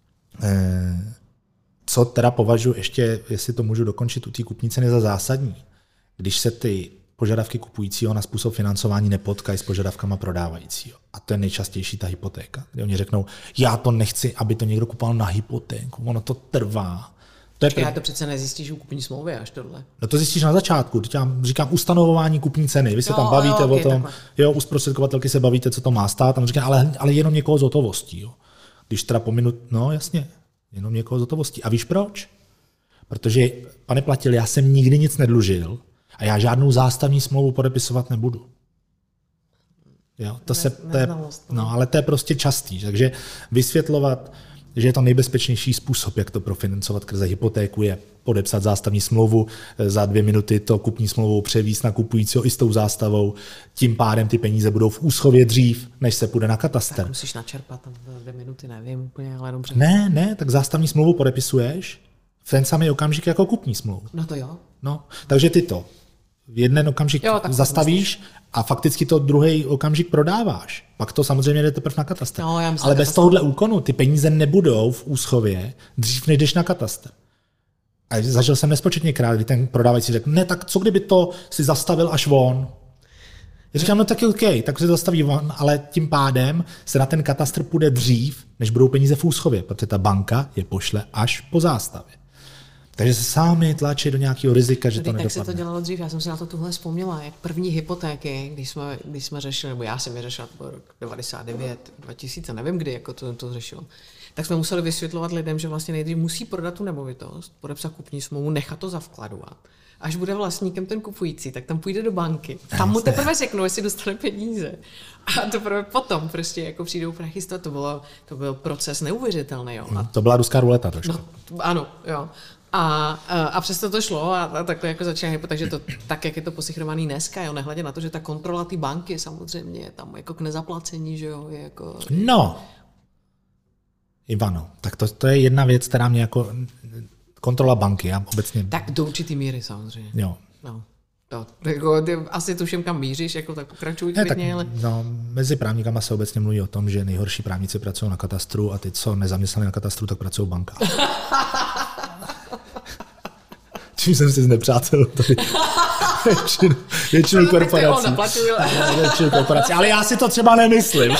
eh, co teda považuji ještě, jestli to můžu dokončit u té kupní ceny za zásadní, když se ty požadavky kupujícího na způsob financování nepotkají s požadavkama prodávajícího. A to je nejčastější ta hypotéka. Kdy oni řeknou, já to nechci, aby to někdo kupoval na hypotéku, ono to trvá. To je
já to přece nezjistíš u kupní smlouvy až tohle.
No to zjistíš na začátku, teď já říkám ustanovování kupní ceny. Vy se jo, tam bavíte jo, okay, o tom, takhle. Jo, u zprostředkovatelky se bavíte, co to má stát, tam říkám, ale, ale jenom někoho z hotovostí. Jo. Když teda pominu, no jasně, jenom někoho z hotovostí. A víš proč? Protože, pane Platil, já jsem nikdy nic nedlužil a já žádnou zástavní smlouvu podepisovat nebudu. Jo, to ne, se, to je, no, ale to je prostě častý, takže vysvětlovat, že je to nejbezpečnější způsob, jak to profinancovat skrze hypotéku, je podepsat zástavní smlouvu, za dvě minuty to kupní smlouvou převíst na kupujícího i s tou zástavou, tím pádem ty peníze budou v úschově dřív, než se půjde na katastr.
Tak musíš načerpat tam dvě minuty, nevím úplně, ale dobře.
Ne, ne, tak zástavní smlouvu podepisuješ v ten samý okamžik jako kupní smlouvu.
No to jo.
No, takže ty to v jeden okamžik jo, zastavíš a fakticky to druhý okamžik prodáváš. Pak to samozřejmě jde teprve na katastr.
No, já myslím,
ale bez tohohle úkonu ty peníze nebudou v úschově dřív, než jdeš na katastr. A zažil jsem nespočetněkrát, kdy ten prodávající řekl, ne, tak co kdyby to si zastavil až von? Já říkám, no tak OK, tak se zastaví von, ale tím pádem se na ten katastr půjde dřív, než budou peníze v úschově, protože ta banka je pošle až po zástavě. Takže se sami tlačí do nějakého rizika, že to nedopadne.
Tak se to dělalo dřív, já jsem si na to tuhle vzpomněla, jak první hypotéky, když jsme, když jsme řešili, nebo já jsem je řešila po rok devadesát devět, dva tisíce, nevím kdy, jako to, to řešil, tak jsme museli vysvětlovat lidem, že vlastně nejdřív musí prodat tu nemovitost, podepsat kupní smlouvu, nechat to zavkladovat. Až bude vlastníkem ten kupující, tak tam půjde do banky. Tam mu teprve řeknou, jestli dostane peníze. A teprve potom prostě jako přijdou prachy, to bylo, to byl proces neuvěřitelný. Jo. A
to byla ruská ruleta trošku.
No, ano, jo. A, a, a přesto to šlo a, a takhle jako začíná hypo, takže to tak, jak je to posichrovaný dneska, jo, nehledě na to, že ta kontrola té banky samozřejmě je tam jako k nezaplacení, že jo, je jako...
No, Ivano, tak to, to je jedna věc, která mě jako kontrola banky, já obecně...
Tak do určitý míry samozřejmě.
Jo.
No. To, jako, ty asi tuším, kam míříš, jako tak pokračuj klidně, ale...
No, mezi právníkama se obecně mluví o tom, že nejhorší právníci pracují na katastru a ty, co nezaměstnaní na katastru, tak pracují v bankách. Čím jsem si znepřátel tady většinu, většinu korporací. Většinu korporací. Ale já si to třeba nemyslím.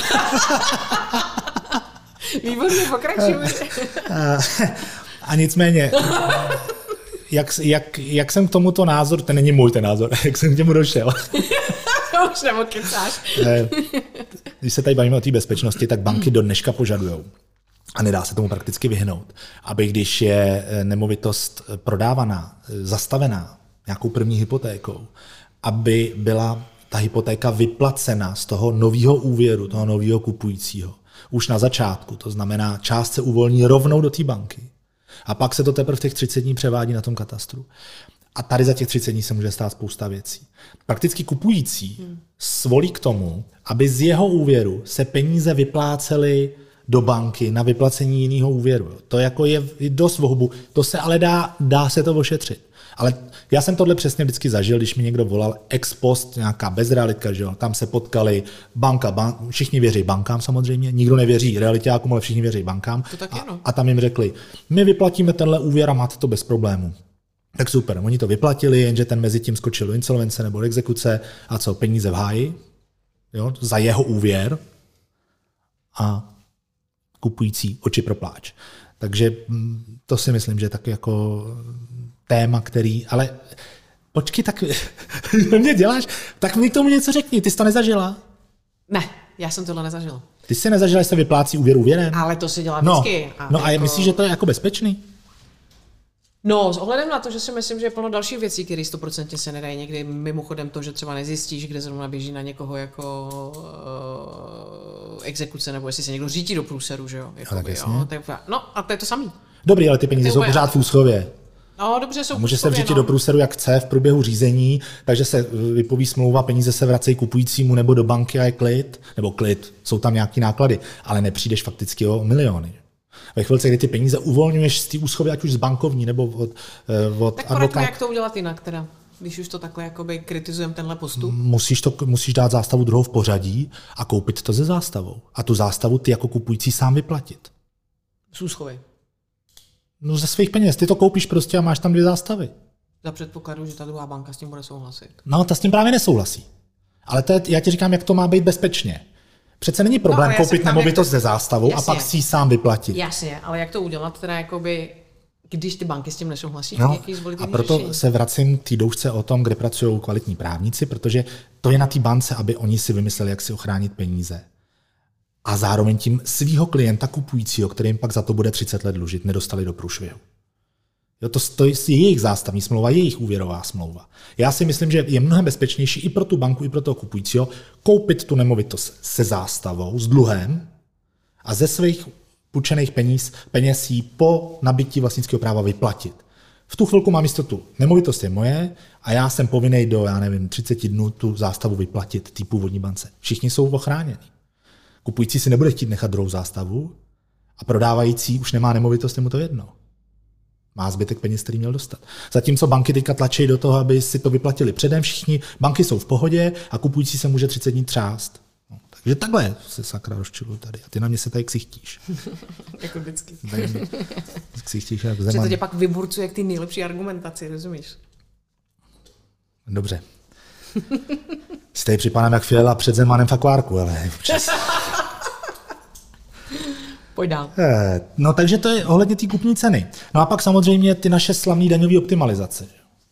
Výborně, pokračuj.
A, a nicméně, jak, jak, jak jsem k tomuto názoru, to není můj ten názor, jak jsem k němu došel.
Už nebo kecáš.
Když se tady bavíme o té bezpečnosti, tak banky do dneška požadujou. A nedá se tomu prakticky vyhnout, aby když je nemovitost prodávaná, zastavená nějakou první hypotékou, aby byla ta hypotéka vyplacena z toho nového úvěru, toho nového kupujícího. Už na začátku, to znamená, část se uvolní rovnou do té banky. A pak se to teprve v těch třicet dní převádí na tom katastru. A tady za těch třicet dní se může stát spousta věcí. Prakticky kupující hmm. svolí k tomu, aby z jeho úvěru se peníze vyplácely do banky na vyplacení jiného úvěru. To jako je dost vohubu. To se ale dá, dá se to ošetřit. Ale já jsem tohle přesně vždycky zažil, když mi někdo volal ex post, nějaká bezrealitka, že jo, tam se potkali banka, bank, všichni věří bankám samozřejmě, nikdo nevěří realitákům, ale všichni věří bankám.
To tak je, no.
a, a tam jim řekli, my vyplatíme tenhle úvěr a máte to bez problémů. Tak super, oni to vyplatili, jenže ten mezi tím skočil do insolvence nebo do exekuce a co, peníze v háji, jo, za jeho úvěr a kupující oči pro pláč. Takže to si myslím, že je tak jako téma, který, ale počkej, tak mě děláš, tak mi k tomu něco řekni, ty jsi to nezažila?
Ne, já jsem tohle nezažila.
Ty jsi nezažila, že se vyplácí úvěr úvěrem?
Ale to se dělá vždycky.
No, a, no jako... a myslíš, že to je jako bezpečný?
No, s ohledem na to, že si myslím, že je plno dalších věcí, které stoprocentně se nedají někdy, mimochodem to, že třeba nezjistíš, kde zrovna běží na někoho jako uh, exekuce, nebo jestli se někdo řítí do průseru, že jo? Jako
tak
by, jo? Tak, no a to je to samý.
Dobrý, ale ty peníze jsou pořád v úschově.
No, dobře, jsou
může se vřítit no. do průseru, jak chce v průběhu řízení, takže se vypoví smlouva, peníze se vracejí kupujícímu nebo do banky a je klid, nebo klid, jsou tam nějaký náklady, ale nepřijdeš fakticky o miliony. Ve chvilce, kdy ty peníze uvolňuješ z té úschovy, ať už z bankovní nebo od, od
tak
advokáta.
Tak jak to udělat jinak teda, když už to takhle jakoby kritizujeme tenhle postup?
Musíš, to, musíš dát zástavu druhou v pořadí a koupit to ze zástavou. A tu zástavu ty jako kupující sám vyplatit.
Z úschovy?
No ze svých peněz. Ty to koupíš prostě a máš tam dvě zástavy.
Za předpokladu, že ta druhá banka s tím bude souhlasit.
No, ta s tím právě nesouhlasí. Ale to je, já ti říkám, jak to má být bezpečně. Přece není problém no, koupit nemovitost ze zástavou jasně, a pak si ji sám vyplatit.
Jasně, ale jak to udělat, teda jakoby, když ty banky s tím nesouhlasí,
no,
jaký zvolit
a proto řešení? Se vracím k té doušce o tom, kde pracují kvalitní právníci, protože to je na té bance, aby oni si vymysleli, jak si ochránit peníze. A zároveň tím svýho klienta kupujícího, kterým pak za to bude třicet let dlužit, nedostali do průšvihu. Jo, to, to je jejich zástavní smlouva, jejich úvěrová smlouva. Já si myslím, že je mnohem bezpečnější i pro tu banku, i pro toho kupujícího koupit tu nemovitost se zástavou, s dluhem a ze svých půjčených peněz, peněz jí po nabití vlastnického práva vyplatit. V tu chvilku mám jistotu, nemovitost je moje a já jsem povinný do, já nevím, třicet dnů tu zástavu vyplatit té původní bance. Všichni jsou ochráněni. Kupující si nebude chtít nechat druhou zástavu a prodávající už nemá nemovitost, je mu to jedno. Má zbytek peněz, který měl dostat. Zatímco banky teďka tlačí do toho, aby si to vyplatili předem všichni, banky jsou v pohodě a kupující se může třicet dní třást. No, takže takhle se sakra rozčiluju tady. A ty na mě se tady ksichtíš.
Jako vždycky.
Ksichtíš jak
Zeman. Že to tě pak vyburcuje jak ty nejlepší argumentaci, rozumíš?
Dobře. Si tady připadám jak Fiala před Zemanem v akvárku, ale občas.
Pojď dál.
No takže to je ohledně té kupní ceny. No a pak samozřejmě ty naše slavné daňové optimalizace.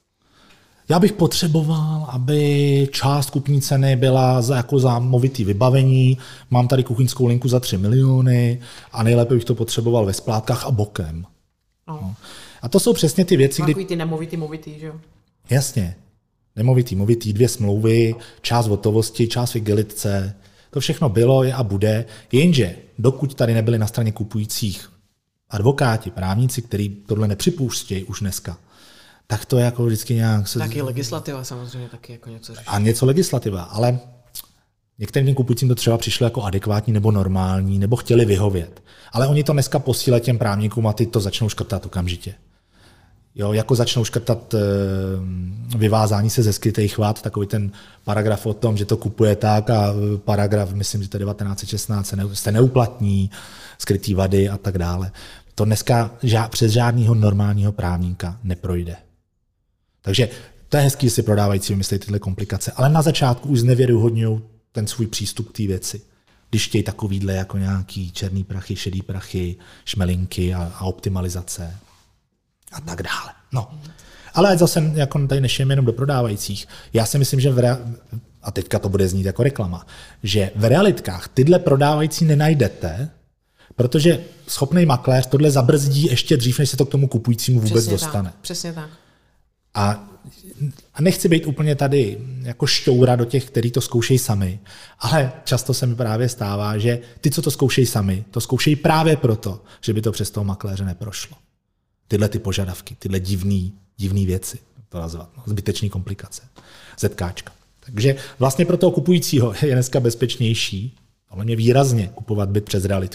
Já bych potřeboval, aby část kupní ceny byla za, jako za movitý vybavení. Mám tady kuchyňskou linku za tři miliony a nejlépe bych to potřeboval ve splátkách a bokem. No. No. A to jsou přesně ty věci,
kdy... Takový ty nemovitý, movitý, že jo?
Jasně. Nemovitý, movitý, dvě smlouvy, část hotovosti, část v igelitce. To všechno bylo, je a bude, jenže dokud tady nebyli na straně kupujících advokáti, právníci, kteří tohle nepřipouštějí už dneska, tak to je jako vždycky nějak... Se...
Taky legislativa samozřejmě taky jako něco řeší.
A něco legislativa, ale některým těm kupujícím to třeba přišlo jako adekvátní nebo normální, nebo chtěli vyhovět. Ale oni to dneska posílají těm právníkům a ty to začnou škrtat okamžitě. Jo, jako začnou škrtat e, vyvázání se ze skrytých vad, takový ten paragraf o tom, že to kupuje tak a paragraf, myslím, že to je devatenáct set šestnáct, jste neuplatní, skrytý vady a tak dále. To dneska ža- přes žádného normálního právníka neprojde. Takže to je hezký, že si prodávající vymyslejí tyhle komplikace, ale na začátku už znevěrohodňují ten svůj přístup k té věci. Když chtějí takovýhle jako nějaký černý prachy, šedý prachy, šmelinky a, a optimalizace. A tak dále. No. Ale zase jako tady nešijeme jenom do prodávajících. Já si myslím, že v rea- a teďka to bude znít jako reklama, že v realitkách tyhle prodávající nenajdete, protože schopný makléř tohle zabrzdí ještě dřív, než se to k tomu kupujícímu vůbec
přesně
dostane.
Tak, přesně tak.
A, a nechci být úplně tady jako šťoura do těch, kteří to zkoušejí sami, ale často se mi právě stává, že ty, co to zkoušejí sami, to zkoušejí právě proto, že by to přes toho makléře neprošlo. Tyhle ty požadavky, tyhle divný, divný věci, to nazvat, no, zbytečný komplikace, zetkáčka. Takže vlastně pro toho kupujícího je dneska bezpečnější, ale mě výrazně kupovat byt přes realitku,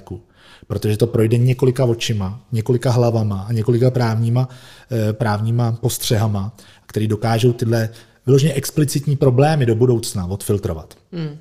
Protože to projde několika očima, několika hlavama a několika právníma, právníma postřehama, který dokážou tyhle vyloženě explicitní problémy do budoucna odfiltrovat. Hmm.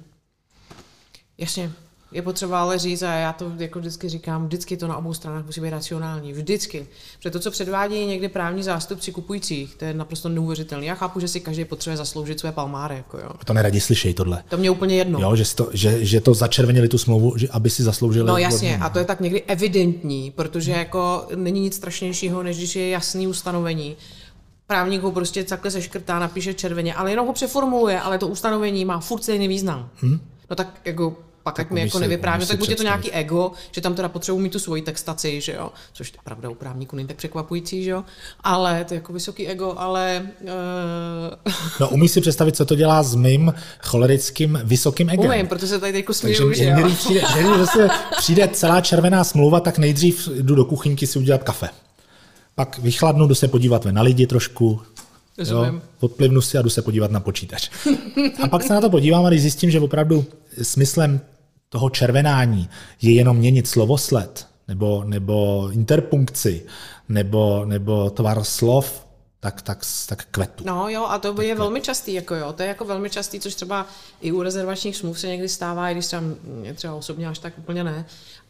Jasně. Je potřeba ale říct, a já to jako vždycky říkám, vždycky to na obou stranách musí být racionální. Vždycky. Protože to, co předvádí někdy právní zástupci kupujících, to je naprosto neuvěřitelné. Já chápu, že si každý potřebuje zasloužit své palmáry. Jako jo.
To neradi slyšej tohle.
To mě úplně jedno.
Jo, že, to, že, že to začervenili tu smlouvu, že, aby si zasloužili.
No jasně, a to je tak někdy evidentní, protože jako není nic strašnějšího, než když je jasný ustanovení. Právník ho prostě takhle seškrtá, napíše červeně, ale jenom ho přeformuluje, ale to ustanovení má furt stejný význam. Hmm? No tak jako pak tak ať mi jako nevyprávně, tak buď je to nějaký ego, že tam teda potřebuji mít tu svoji textaci, že jo, což je pravda u právníků není tak překvapující, že jo, ale to je jako vysoký ego, ale... Uh...
No umíš si představit, co to dělá s mým cholerickým vysokým egem.
Umím, protože se tady teďko směju, že
jo. Přijde, když přijde celá červená smlouva, tak nejdřív jdu do kuchyňky si udělat kafe. Pak vychladnu, jdu se podívat na lidi trošku, jo, odplivnu si a jdu se podívat na počítač. A pak se na to podívám a když zjistím, že opravdu smyslem toho červenání je jenom měnit slovosled, nebo, nebo interpunkci, nebo, nebo tvar slov, tak, tak, tak kvetu.
No jo, a to tak je kvetu. Velmi častý, jako jo, to je jako velmi častý, což třeba i u rezervačních smluv se někdy stává, i když třeba, třeba osobně až tak úplně ne,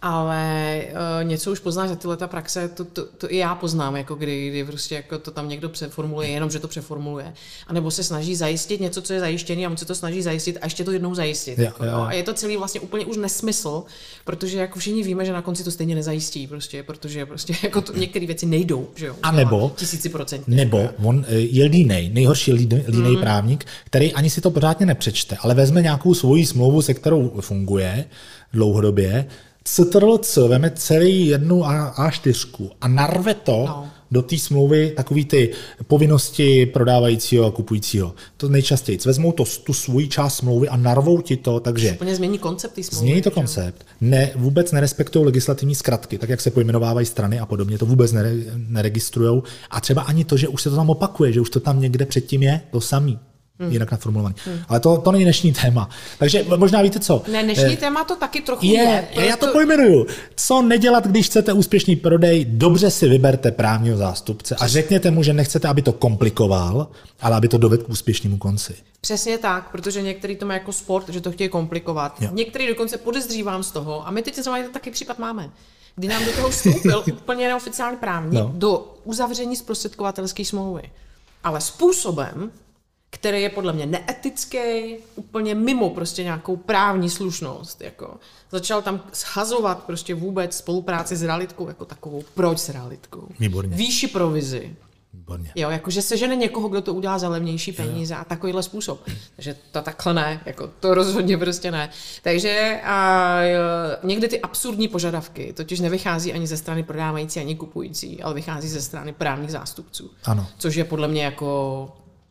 ale uh, něco už poznáš za tyhle ta praxe, to, to, to i já poznám, jako kdy, kdy prostě jako to tam někdo přeformuluje, jenom že to přeformuluje, anebo se snaží zajistit něco, co je zajištěný a on se to snaží zajistit a ještě to jednou zajistit. Jo, jako, jo. A je to celý vlastně úplně už nesmysl, protože jako všichni víme, že na konci to stejně nezajistí, prostě, protože prostě jako to, některé věci nejdou, že jo.
A nebo,
tisíci procent.
Nebo on je línej, nejhorší línej mm. právník, který ani si to pořádně nepřečte, ale vezme nějakou svoji smlouvu, se kterou funguje dlouhodobě, C T R L C veme celý jednu A čtyři a narve to no. do té smlouvy takový ty povinnosti prodávajícího a kupujícího. To nejčastěji. Vezmou to, tu svůj část smlouvy a narvou ti to, takže...
Úplně změní koncept té smlouvy.
Změní to koncept. Ne, vůbec nerespektují legislativní zkratky, tak jak se pojmenovávají strany a podobně, to vůbec nere, neregistrujou. A třeba ani to, že už se to tam opakuje, že už to tam někde předtím je, to samý. Hmm. Jinak naformulovaný. Hmm. Ale to, to není dnešní téma. Takže možná víte co.
Ne, dnešní eh, téma to taky trochu je.
je proto... Já to pojmenuju. Co nedělat, když chcete úspěšný prodej? Dobře si vyberte právního zástupce a řekněte mu, že nechcete, aby to komplikoval, ale aby to dovedl k úspěšnému konci.
Přesně tak, protože některý to má jako sport, že to chtějí komplikovat. Jo. Některý dokonce podezřívám z toho, a my teď třeba taky případ máme, kdy nám do toho vstoupil úplně neoficiální právník no. do uzavření zprostředkovatelské smlouvy. Ale způsobem, který je podle mě neetický, úplně mimo prostě nějakou právní slušnost. Jako. Začal tam schazovat prostě vůbec spolupráci s realitkou jako takovou. Proč s realitkou?
Výborně.
Výši provizi.
Výborně.
Jo, jakože sežene někoho, kdo to udělá za levnější peníze a takovýhle způsob. Takže to takhle ne, jako to rozhodně prostě ne. Takže a, někdy ty absurdní požadavky totiž nevychází ani ze strany prodávající, ani kupující, ale vychází ze strany právních zástupců.
Ano.
Což je podle mě jako...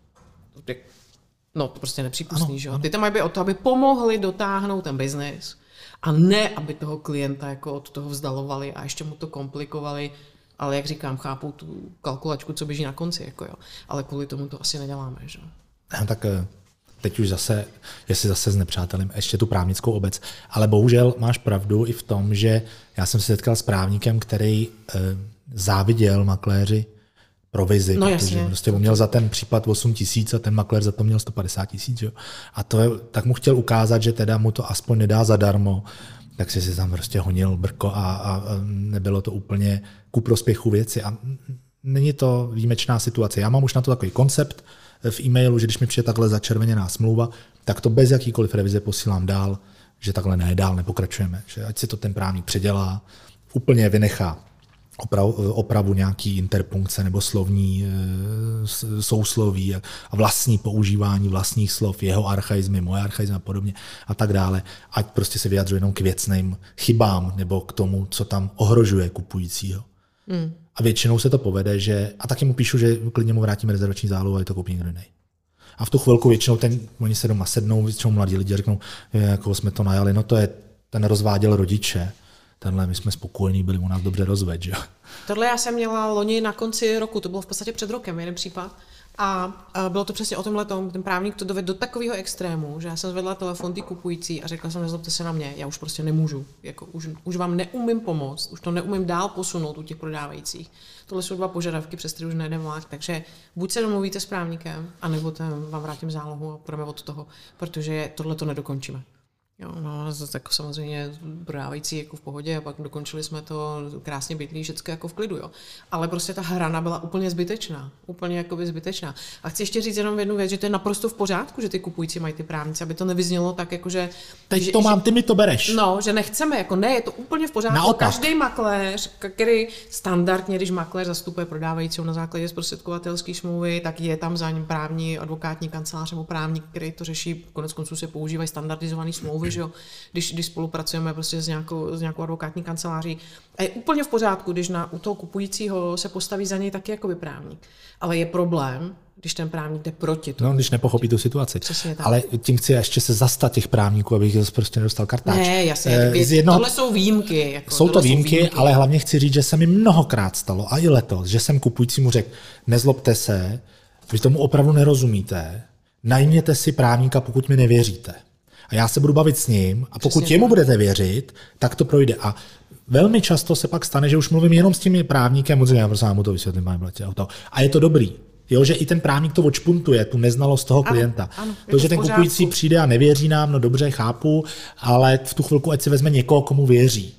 No, to prostě nepřípustný, že jo. Ty tam mají být o to, aby pomohli dotáhnout ten biznis a ne, aby toho klienta jako od toho vzdalovali a ještě mu to komplikovali, ale jak říkám, chápou tu kalkulačku, co běží na konci, jako jo. Ale kvůli tomu to asi neděláme, že jo.
No, tak teď už zase, jestli zase s nepřátelem, ještě tu právnickou obec, ale bohužel máš pravdu i v tom, že já jsem se setkal s právníkem, který eh, záviděl makléři provizi, no, protože jasně. prostě on měl za ten případ osm tisíc a ten makléř za to měl sto padesát tisíc. A to je, tak mu chtěl ukázat, že teda mu to aspoň nedá zadarmo, tak si si tam prostě honil brko a, a nebylo to úplně ku prospěchu věci. A není to výjimečná situace. Já mám už na to takový koncept v e-mailu, že když mi přijde takhle začerveněná smlouva, tak to bez jakýkoliv revize posílám dál, že takhle ne, dál nepokračujeme. Že ať si to ten právník předělá, úplně vynechá opravu nějaký interpunkce nebo slovní sousloví a vlastní používání vlastních slov, jeho archaizmy, moje archaizmy a podobně a tak dále. Ať prostě se vyjadřuje jenom k věcným chybám nebo k tomu, co tam ohrožuje kupujícího. Hmm. A většinou se to povede, že a taky mu píšu, že klidně mu vrátíme rezervační zálohu a je to koupí někdo jiný. A v tu chvilku většinou ten, oni se doma sednou, většinou mladí lidi řeknou, jako jsme to najali, no to je, ten rozváděl rodiče. Tenhle, my jsme spokojení, byli u nás dobře rozved, že?
Tohle já jsem měla loni na konci roku, to bylo v podstatě před rokem, jeden případ. A bylo to přesně o tomhletom, ten právník to dovedl do takového extrému, že já jsem zvedla telefon ty kupující a řekla jsem, nezlobte se na mě, já už prostě nemůžu, jako už, už vám neumím pomoct, už to neumím dál posunout u těch prodávajících. Tohle jsou dva požadavky, přes které už nejde vlák, takže buď se domluvíte s právníkem, anebo ten vám vrátím zálohu a půjdeme od toho, protože tohle to nedokončíme. Jo, no, tak samozřejmě prodávající jako v pohodě a pak dokončili jsme to krásně bydlí, všechno jako v klidu, jo. Ale prostě ta hrana byla úplně zbytečná, úplně jakoby zbytečná. A chci ještě říct jenom jednu věc, že to je naprosto v pořádku, že ty kupující mají ty právníci, aby to nevyznělo tak jako, že...
Teď
že,
to mám,
že,
ty mi to bereš.
No, že nechceme, jako ne, je to úplně v pořádku.
Naopak.
Každý makléř, který standardně, když makléř zastupuje prodávajícího na základě zprostředkovatelské smlouvy, tak je tam za ním právní advokátní kancelář nebo právník, který to řeší, konec konců se používají standardizované smlouvy, že jo, když, když spolupracujeme prostě s nějakou, s nějakou advokátní kanceláří. A je úplně v pořádku, když na, u toho kupujícího se postaví za něj taky jakoby právník. Ale je problém, když ten právník jde proti tomu.
No, když nepochopí tu situaci. Ale tím chci ještě se zastat těch právníků, abych zase prostě nedostal kartáč.
Ne, jasně.
Z jednoho...
Tohle jsou výjimky. Jako,
jsou to výjimky,
jsou výjimky,
ale hlavně chci říct, že se mi mnohokrát stalo, a i letos, že jsem kupujícímu řekl, nezlobte se, vy tomu opravdu nerozumíte, najměte si právníka, pokud mi nevěříte. A já se budu bavit s ním a pokud
Přesně
jemu
tak.
budete věřit, tak to projde. A velmi často se pak stane, že už mluvím jenom s tím právníkem, moc říkám, prosím, mu to vysvětlím, a je to dobrý. Jo, že i ten právník to odšpuntuje, tu neznalost toho klienta.
Ano, ano,
to, že ten kupující přijde a nevěří nám, no dobře, chápu, ale v tu chvilku ať si vezme někoho, komu věří.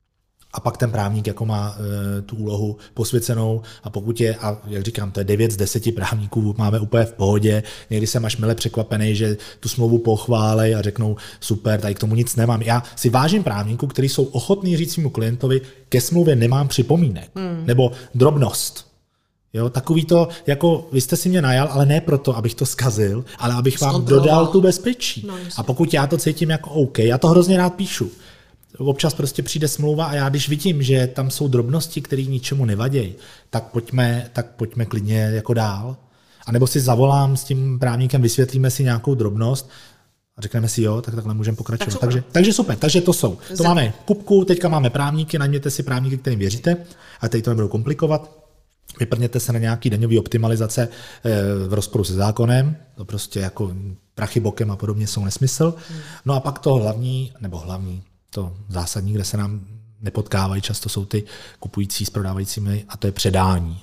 A pak ten právník jako má e, tu úlohu posvěcenou a pokud je, a jak říkám, to je devět z deseti právníků, máme úplně v pohodě, někdy jsem až mile překvapený, že tu smlouvu pochválej a řeknou super, tady k tomu nic nemám. Já si vážím právníků, kteří jsou ochotní říct svému klientovi, ke smlouvě nemám připomínek, hmm. nebo drobnost. Jo, takový to, jako vy jste si mě najal, ale ne proto, abych to zkazil, ale abych vám dodal tu bezpečí. No, a pokud já to cítím jako OK, já to hrozně rád píšu. Občas prostě přijde smlouva a já když vidím, že tam jsou drobnosti, které ničemu nevadí, tak pojďme, tak pojďme klidně jako dál. A nebo si zavolám s tím právníkem, vysvětlíme si nějakou drobnost a řekneme si jo, tak takhle můžeme pokračovat. Tak takže, takže super, takže to jsou. To máme kupku, teďka máme právníky, najměte si právníky, kterým věříte a teď to nebudou komplikovat. Vyprněte se na nějaký daňový optimalizace v rozporu se zákonem, to prostě jako prachy bokem a podobně jsou nesmysl. No a pak to hlavní, nebo hlavní, to zásadní, kde se nám nepotkávají, často jsou ty kupující s prodávajícími a to je předání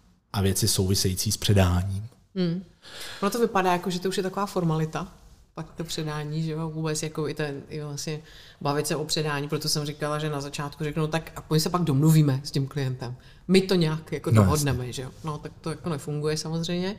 a věci související s předáním.
Hmm. Ono to vypadá jako, že to už je taková formalita, pak to předání, že jo, vůbec jako i ten, i vlastně bavit se o předání, proto jsem říkala, že na začátku řeknu, tak a my se pak domluvíme s tím klientem. My to nějak jako no, dohodneme, jasně. Že jo. No tak to jako nefunguje samozřejmě.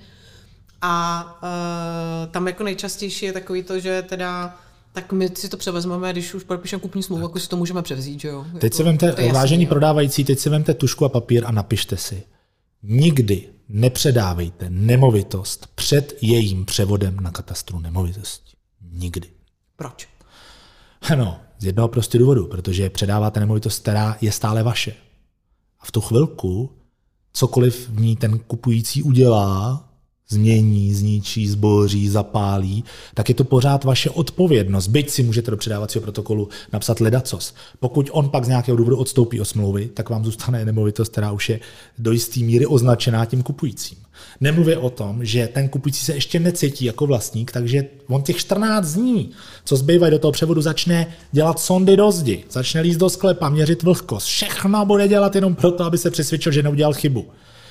A uh, tam jako nejčastější je takový to, že teda tak my si to převezmeme, když už podepíšeme kupní smlouvu, jako si to můžeme převzít, že jo.
Teď
jako,
si vemte, vážení prodávající, teď si vemte tušku a papír a napište si. Nikdy nepředávejte nemovitost před jejím převodem na katastru nemovitosti. Nikdy.
Proč?
No, z jednoho prostě důvodu, protože předáváte nemovitost, která je stále vaše. A v tu chvilku cokoliv v ní ten kupující udělá, změní, zničí, zboří, zapálí, tak je to pořád vaše odpovědnost. Byť si můžete do předávacího protokolu napsat ledacos. Pokud on pak z nějakého důvodu odstoupí od smlouvy, tak vám zůstane nemovitost, která už je do jisté míry označená tím kupujícím. Nemluvě o tom, že ten kupující se ještě necítí jako vlastník, takže on těch čtrnáct dní, co zbývají do toho převodu, začne dělat sondy do zdi, začne líst do sklepa, měřit vlhkost. Všechno bude dělat jenom proto, aby se přesvědčil, že neudělal chybu.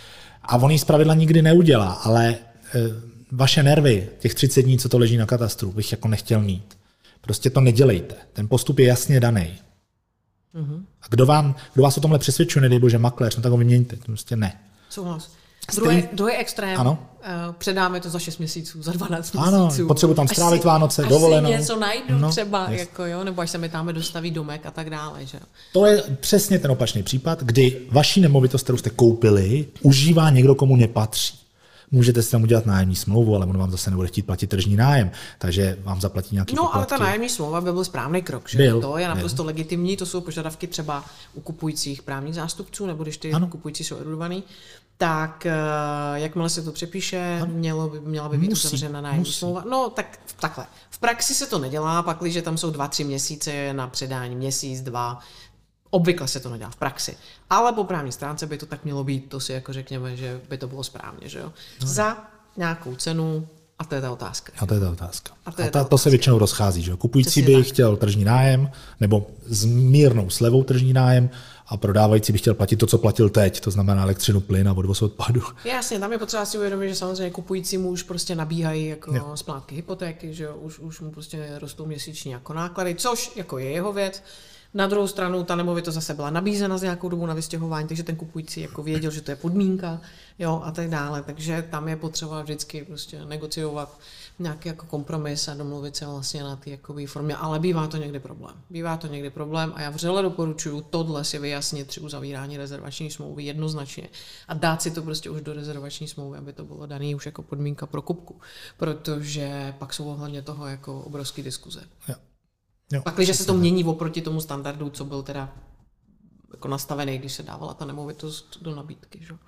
A on ji zpravidla nikdy neudělá, ale e, vaše nervy, těch třicet dní, co to leží na katastru, bych jako nechtěl mít. Prostě to nedělejte. Ten postup je jasně daný. Mm-hmm. A kdo, vám, kdo vás o tomhle přesvědčuje, nedej bože makléř, no tak ho vyměňte. To prostě ne.
Souhlas. Druhý, druhý extrém, ano? Uh, předáme to za šest měsíců, za dvanáct
ano,
měsíců.
Ano, potřebuji tam strávit
až
Vánoce,
si,
dovolenou.
Až si něco najdu
no,
třeba, jako jo, nebo až se mi tam dostaví domek a tak dále. Že?
To je přesně ten opačný případ, kdy vaši nemovitost, kterou jste koupili, užívá někdo, komu nepatří. Můžete si tam udělat nájemní smlouvu, ale on vám zase nebude chtít platit tržní nájem, takže vám zaplatí nějaký
No,
poplatky.
ale ta nájemní smlouva by byl správný krok, že?
Byl,
to je naprosto
byl.
legitimní, to jsou požadavky třeba u kupujících právních zástupců, nebo když ty ano. kupující jsou erudovaný, tak jakmile se to přepíše, mělo by, měla by být uzavřena nájemní musí. smlouva. No, tak takhle. V praxi se to nedělá, pakliže tam jsou dva, tři měsíce na předání, měsíc, dva. Obvykle se to nedělá v praxi. Ale po právní stránce by to tak mělo být, to si jako řekněme, že by to bylo správně, že jo. No. Za nějakou cenu a to je ta otázka.
A to je ta otázka.
A to, je
a ta,
ta
to
otázka.
se většinou rozchází. Že? Kupující
Přesně
by
tak.
chtěl tržní nájem nebo s mírnou slevou tržní nájem a prodávající by chtěl platit to, co platil teď, to znamená elektřinu, plyn a odvoz odpadu.
Jasně, tam je potřeba si uvědomit, že samozřejmě kupujícímu už prostě nabíhají jako
Jo.
splátky hypotéky, že jo, už, už mu prostě rostou měsíční jako náklady, což jako je jeho věc. Na druhou stranu ta nemovitost zase byla nabízena z nějakou dobu na vystěhování, takže ten kupující jako věděl, že to je podmínka, jo, a tak dále. Takže tam je potřeba vždycky prostě negociovat nějaký jako kompromis a domluvit se vlastně na té jakoby formě, ale bývá to někdy problém. Bývá to někdy problém a já vřele doporučuji tohle si vyjasnit při uzavírání rezervační smlouvy jednoznačně a dát si to prostě už do rezervační smlouvy, aby to bylo daný už jako podmínka pro kupku, protože pak jsou ohledně toho jako obrovské diskuze.
Jo. Jo,
Pak, když se to mění oproti tomu standardu, co byl teda jako nastavený, když se dávala ta nemovitost do nabídky. Že?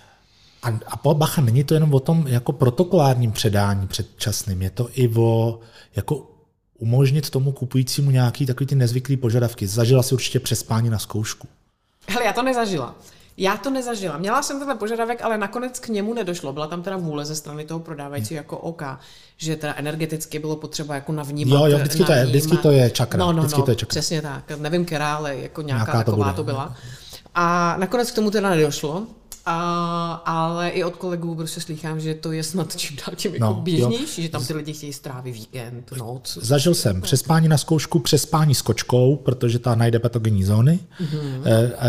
A, a po, bacha, není to jenom o tom jako protokolárním předání předčasným, je to i o jako umožnit tomu kupujícímu nějaký takový ty nezvyklý požadavky. Zažila si určitě přespání na zkoušku.
Hele, já to nezažila. Já to nezažila. Měla jsem tenhle požadavek, ale nakonec k němu nedošlo. Byla tam teda vůle ze strany toho prodávajícího jako OK, že teda energeticky bylo potřeba jako navnímat.
Jo, jo, vždycky to je, vždycky to je čakra.
No, no,
vždycky
no,
to je čakra.
přesně tak. Nevím, která, ale jako nějaká,
Nějaká to
taková
bude.
to byla. A nakonec k tomu teda nedošlo. A, ale i od kolegů prostě slýchám, že to je snad čím dál tím jako
No,
běžnější, že tam ty lidi chtějí strávit víkend, noc.
Zažil jsem přespání na zkoušku, přespání s kočkou, protože ta najde patogenní zóny, mm-hmm.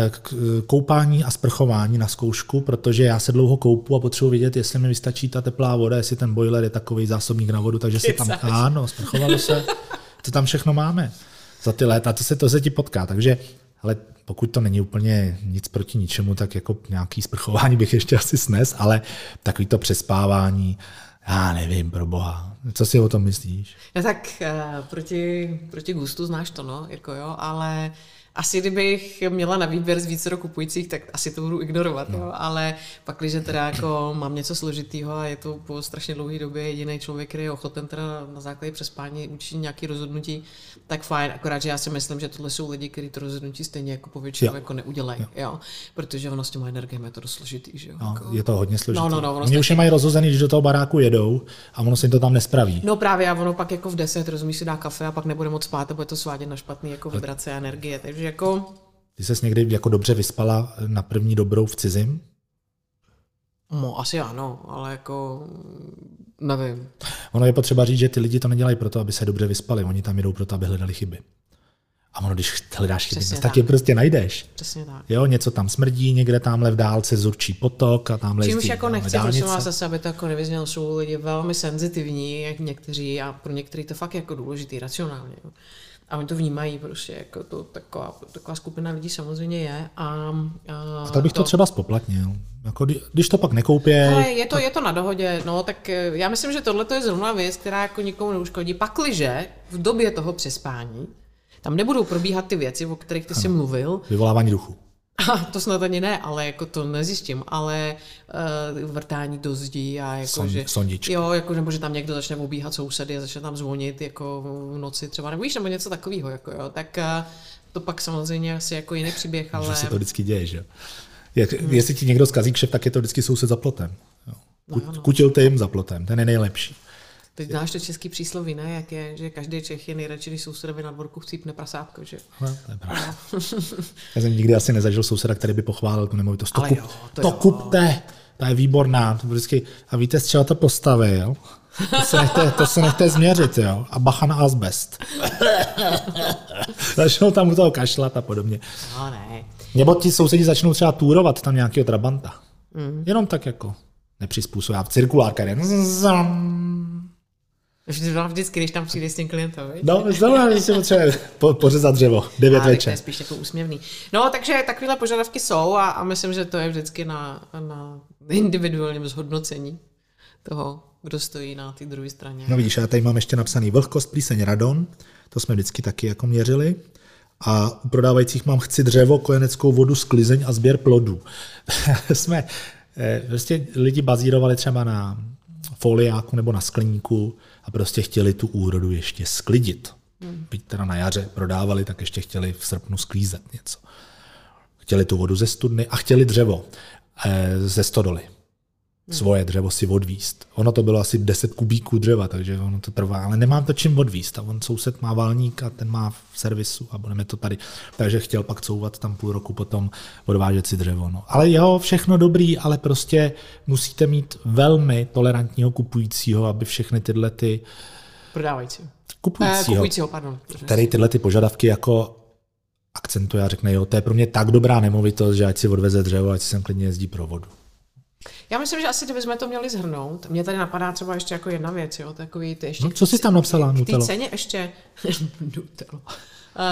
koupání a sprchování na zkoušku, protože já se dlouho koupu a potřebuji vědět, jestli mi vystačí ta teplá voda, jestli ten boiler je takový zásobník na vodu, takže se tam, ano, sprchovalo se, to tam všechno máme za ty léta, to se, to se ti potká, takže ale pokud to není úplně nic proti ničemu, tak jako nějaký sprchování bych ještě asi snes, ale takový to přespávání, já nevím, pro boha. Co si o tom myslíš?
No tak uh, proti, proti gustu znáš to, no, jako jo, ale asi kdybych měla na výběr z více kupujících, tak asi to budu ignorovat, no. Jo, ale pak, když teda jako mám něco složitýho a je to po strašně dlouhé době jediný člověk, který je ochoten teda na základě přespání učinit nějaké rozhodnutí, tak fajn, akorát, že já si myslím, že tohle jsou lidi, kteří to rozhodnutí stejně jako povětšinou jako neudělají, jo. jo, protože ono s těma energiemi je to dost složitý, že jo.
No,
jako...
je to hodně složitý.
No, no, no,
Oni už je mají rozhozený, když do toho baráku jedou a ono se jim to tam nespraví.
No právě a ono pak jako v deset, rozumíš, si dá kafe a pak nebude moc spát a bude to svádět na špatný jako vibrace a energie, takže jako...
Ty ses někdy jako dobře vyspala na první dobrou v cizím?
No, asi ano, ale jako nevím.
Ono je potřeba říct, že ty lidi to nedělají proto, aby se dobře vyspali, oni tam jdou proto, aby hledali chyby. A ono, když hledáš chyby, tak, tak je prostě najdeš.
Přesně tak.
Jo, něco tam smrdí, někde tamhle v dálce zurčí potok a tamhle
Čímž
jezdí
jako nechci,
dálnice.
prosím vás zase, aby to jako nevyznělo, jsou lidi velmi senzitivní, jak někteří, a pro některý to fakt jako důležitý, racionálně. Jo. A oni to vnímají prostě, jako to taková, taková skupina lidí samozřejmě je. A, a,
a tak bych to, to třeba spoplatnil. Jako, když to pak nekoupě.
Ale je to, je to na dohodě, no tak já myslím, že tohle je zrovna věc, která jako nikomu neuškodí. Pakliže v době toho přespání tam nebudou probíhat ty věci, o kterých ty ano. jsi mluvil.
Vyvolávání duchu.
A to snad ani ne, ale jako to nezjistím, ale uh, vrtání do zdí a jako,
Son,
že...
Sondičky.
Jo, jako, nebo že tam někdo začne obíhat sousedy a začne tam zvonit jako v noci třeba, nebo víš, nebo něco takového, jako jo, tak uh, to pak samozřejmě asi jako jiný příběh, ale...
Že se to vždycky děje, že? Jak, hmm. Jestli ti někdo zkazí kšeft, tak je to vždycky soused za plotem. Jo. Ku, no, no. Kutil tým za plotem, ten je nejlepší.
Teď znáš to český přísloví, ne? Jak je, že každý Čech je nejradši, když sousedovi na dvorku chcípne prasátko, že?
No, to je pravda. Já jsem nikdy asi nezažil souseda, který by pochválil tu nemovitost. To, kup,
jo, to,
to
jo.
kupte, to je výborná. To vždycky, a víte, z čeho to postavil? To se nechte, to se nechte změřit, jo? A bacha na azbest. Začnou tam u toho kašlat a podobně.
No ne.
Nebo ti sousedi začnou třeba túrovat tam nějakého trabanta. Mm. Jenom tak jako nepřizpůsobá. Cirkulárka je.
Vždycky, když tam přijde s tím klientem, víš?
No, znamená, že si potřebuje po, pořezat dřevo. Devět večer.
To je spíš jako úsměvný. No, takže takovéhle požadavky jsou a, a myslím, že to je vždycky na, na individuálním zhodnocení toho, kdo stojí na té druhé straně.
No vidíš, já tady mám ještě napsaný vlhkost, plíseň, radon. To jsme vždycky taky jako měřili. A u prodávajících mám chci dřevo, kojeneckou vodu, sklizeň a sběr plodů. jsme prostě lidi bazírovali třeba na foliáku nebo na skleníku a prostě chtěli tu úrodu ještě sklidit. Hmm. Byť teda na jaře prodávali, tak ještě chtěli v srpnu sklízet něco. Chtěli tu vodu ze studny a chtěli dřevo ze stodoly. svoje dřevo si odvíst. Ono to bylo asi deset kubíků dřeva, takže ono to trvá, ale nemám to čím odvíst. A on soused má válník a ten má v servisu a budeme to tady. Takže chtěl pak couvat tam půl roku potom odvážet si dřevo. No. Ale jo, všechno dobrý, ale prostě musíte mít velmi tolerantního kupujícího, aby všechny tyhle ty...
Prodávajícího.
Kupujícího.
Eh, kupujícího, pardon.
Který tyhle ty požadavky jako akcentuje a řekne, jo, to je pro mě tak dobrá nemovitost, že ať si odveze dřevo, ať si sem klidně jezdí pro vodu.
Já myslím, že asi kdybychom to měli zhrnout, mě tady napadá třeba ještě jako jedna věc, jo, takový ty ještě...
No, co jsi tam napsala,
Nutelo? V té ceně ještě... Nutelo. Uh,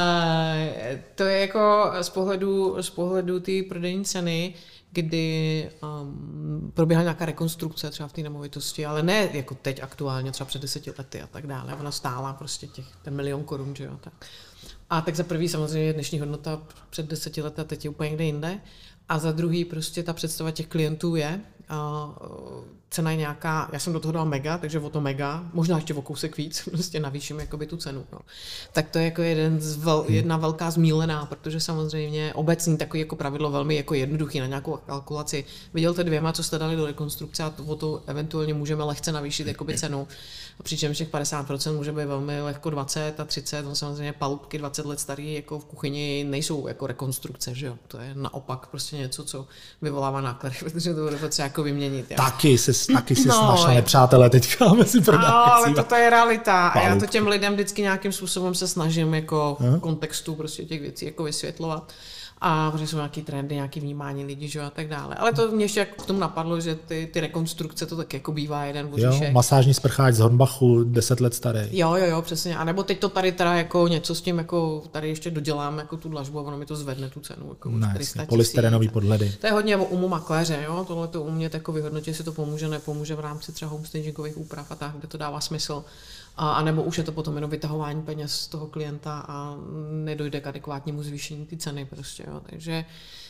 to je jako z pohledu, z pohledu té prodejní ceny, kdy um, probíhá nějaká rekonstrukce třeba v té nemovitosti, ale ne jako teď aktuálně, třeba před deseti lety a tak dále. Ona stála prostě těch, ten milion korun, že jo, tak. A tak za prvý samozřejmě dnešní hodnota před deseti lety a teď je úplně někde jinde. A za druhý prostě ta představa těch klientů je, uh, cena je nějaká, já jsem do toho dala mega, takže o to mega, možná ještě o kousek víc, prostě navýším jakoby tu cenu. No. Tak to je jako jeden z vel, jedna velká zmílená, protože samozřejmě obecný takový jako pravidlo velmi jako jednoduchý na nějakou kalkulaci. Vydělte dvěma, co jste dali do rekonstrukce a to, o to eventuálně můžeme lehce navýšit jakoby cenu. Přičemž těch padesát procent může být velmi lehko dvacet a třicet, no samozřejmě palubky dvacet let starý jako v kuchyni nejsou jako rekonstrukce, že jo? To je naopak prostě něco, co vyvolává náklady, protože to bude potřeba jako vyměnit. Jo?
Taky se, taky se no, našla nepřátelé teďka mezi prodávající.
No, ale toto je realita a já to těm lidem vždycky nějakým způsobem se snažím jako v kontextu prostě těch věcí jako vysvětlovat. A protože jsou nějaký trendy, nějaký vnímání lidí, že a tak dále. Ale to mě ještě k tomu napadlo, že ty, ty rekonstrukce to tak jako bývá jeden voříšek.
Jo, masážní sprcháč z Hornbachu, deset let starý.
Jo, jo, jo, přesně. A nebo teď to tady teda jako něco s tím, jako tady ještě dodělám jako tu dlažbu a ono mi to zvedne tu cenu. Jako
no, polystyrenový podhledy.
To je hodně o umu makléře, jo. Tohle to umět jako vyhodnotit, jestli to pomůže, nepomůže v rámci třeba homestagingových úprav a tak, kde to dává smysl. A, a nebo už je to potom jenom vytahování peněz z toho klienta a nedojde k adekvátnímu zvýšení ty ceny prostě, jo. Takže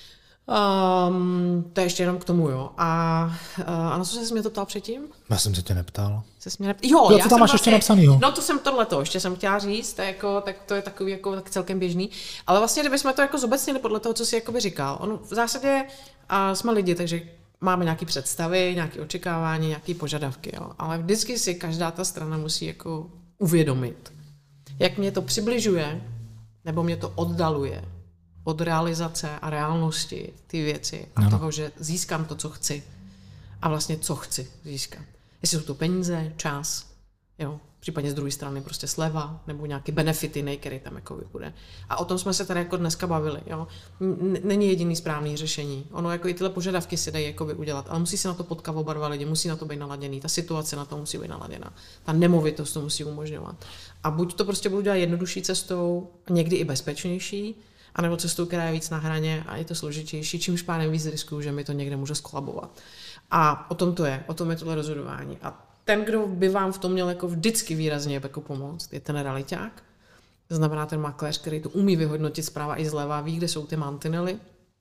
um, to je ještě jenom k tomu, jo. A, a na co jsi mě to ptal předtím?
Já jsem se tě neptal.
Jsi mě neptal? Jo,
jo,
já
co tam máš
vlastně,
ještě napsanýho?
No to jsem tohleto, ještě jsem chtěla říct, to je, jako, tak to je takový jako tak celkem běžný. Ale vlastně, kdybychom to jako zobecnili podle toho, co jsi jakoby říkal, on v zásadě a jsme lidi, takže máme nějaké představy, nějaké očekávání, nějaké požadavky, jo. Ale vždycky si každá ta strana musí jako uvědomit, jak mě to přibližuje, nebo mě to oddaluje od realizace a reálnosti ty věci a no. toho, že získám to, co chci. A vlastně co chci získat. Jestli jsou to peníze, čas, jo, případně z druhé strany prostě sleva, nebo nějaký benefity, nej, který tam jako bude. A o tom jsme se tady jako dneska bavili. Jo. Není jediný správný řešení. Ono jako i tyhle požadavky si dají jako udělat, ale musí se na to potkat oba dva lidi, musí na to být naladěný, ta situace na to musí být naladěná, ta nemovitost to musí umožňovat. A buď to prostě budu dělat jednodušší cestou, někdy i bezpečnější, anebo cestou, která je víc na hraně a je to složitější, čímž pádem víc riskuju, že mi to někde může skolabovat. A o tom to je, o tom je tohle rozhodování. A ten, kdo by vám v tom měl jako vždycky výrazně jako pomoct, je ten realiťák. To znamená ten makléř, který to umí vyhodnotit zprava i zleva, ví, kde jsou ty mantinely.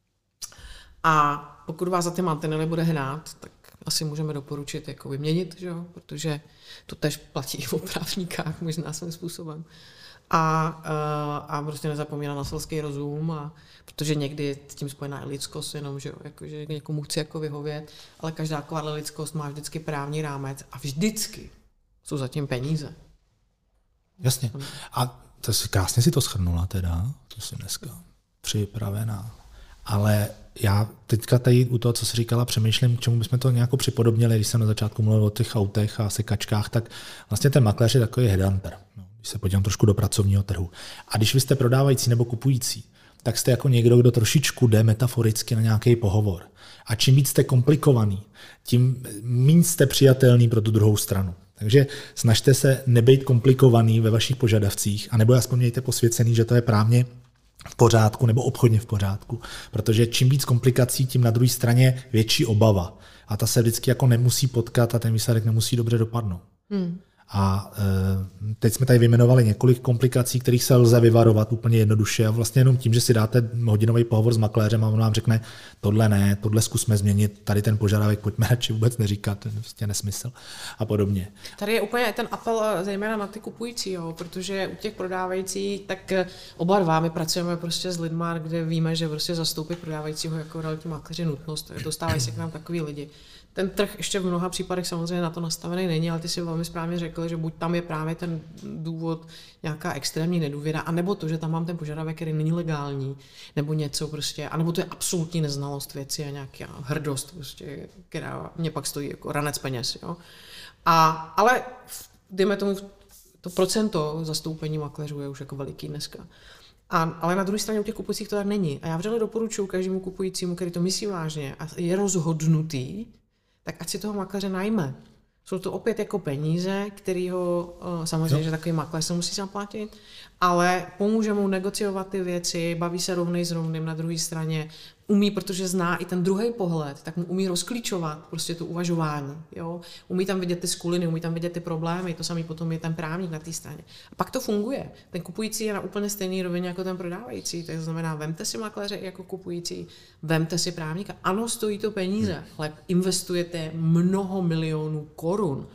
A pokud vás za ty mantinely bude hnát, tak asi můžeme doporučit jako vyměnit, že jo? Protože to tež platí o právníkách možná svým způsobem. A, a prostě nezapomínat na selský rozum, a, protože někdy s tím spojená je lidskost, jenom, že, jako, že někomu chci jako vyhovět, ale každá taková lidskost má vždycky právní rámec a vždycky jsou zatím peníze.
Jasně. A to si, krásně si to shrnula teda, to jsem dneska připravená. Ale já teďka tady u toho, co jsi říkala, přemýšlím, k čemu bychom to nějak připodobnili, když jsem na začátku mluvil o těch autech a sekačkách, tak vlastně ten makléř je takový headhunter. No, když se podívám trošku do pracovního trhu. A když vy jste prodávající nebo kupující, tak jste jako někdo, kdo trošičku jde metaforicky na nějaký pohovor. A čím víc jste komplikovaný, tím méně jste přijatelný pro tu druhou stranu. Takže snažte se nebejt komplikovaný ve vašich požadavcích, anebo aspoň mějte posvěcený, že to je právně v pořádku nebo obchodně v pořádku. Protože čím víc komplikací, tím na druhé straně větší obava. A ta se vždycky jako nemusí potkat a ten výsledek nemusí dobře dopadnout. Hmm. A e, teď jsme tady vyjmenovali několik komplikací, kterých se lze vyvarovat úplně jednoduše a vlastně jenom tím, že si dáte hodinový pohovor s makléřem a on vám řekne, tohle ne, tohle zkusme změnit, tady ten požadavek pojďme radši vůbec neříkat, to je prostě nesmysl a podobně.
Tady je úplně ten apel zejména na ty kupující, jo, protože u těch prodávajících, tak oba dva my pracujeme prostě s lidma, kde víme, že prostě zastoupit prodávajícího jako realitní makléři nutnost, dostávají se k nám takový lidi. ten trh ještě v mnoha případech samozřejmě na to nastavený není, ale ty si velmi správně řekl, že buď tam je právě ten důvod nějaká extrémní nedůvěra, anebo to, že tam mám ten požadavek, který není legální, nebo něco prostě, anebo to je absolutní neznalost věci a nějaká hrdost, prostě, která mě pak stojí jako ranec peněz. Jo? A, ale dejme tomu, to procento zastoupení makléřů je už jako veliký dneska. A, ale na druhé straně u těch kupujících to tak není. A já vřele doporučuji každému kupujícímu, který to myslí vážně a je rozhodnutý, tak ať si toho makléře najme. Jsou to opět jako peníze, který ho, samozřejmě, jo. že takový makléř se musí zaplatit, ale pomůže mu negociovat ty věci, baví se rovnej s rovným na druhé straně, umí, protože zná i ten druhý pohled, tak mu umí rozklíčovat prostě to uvažování. Jo? Umí tam vidět ty skuliny, umí tam vidět ty problémy, to samý potom je ten právník na té straně. A pak to funguje. Ten kupující je na úplně stejné rovině jako ten prodávající. To znamená, vemte si makléře jako kupující, vemte si právníka. Ano, stojí to peníze, hmm. ale investujete mnoho milionů korun.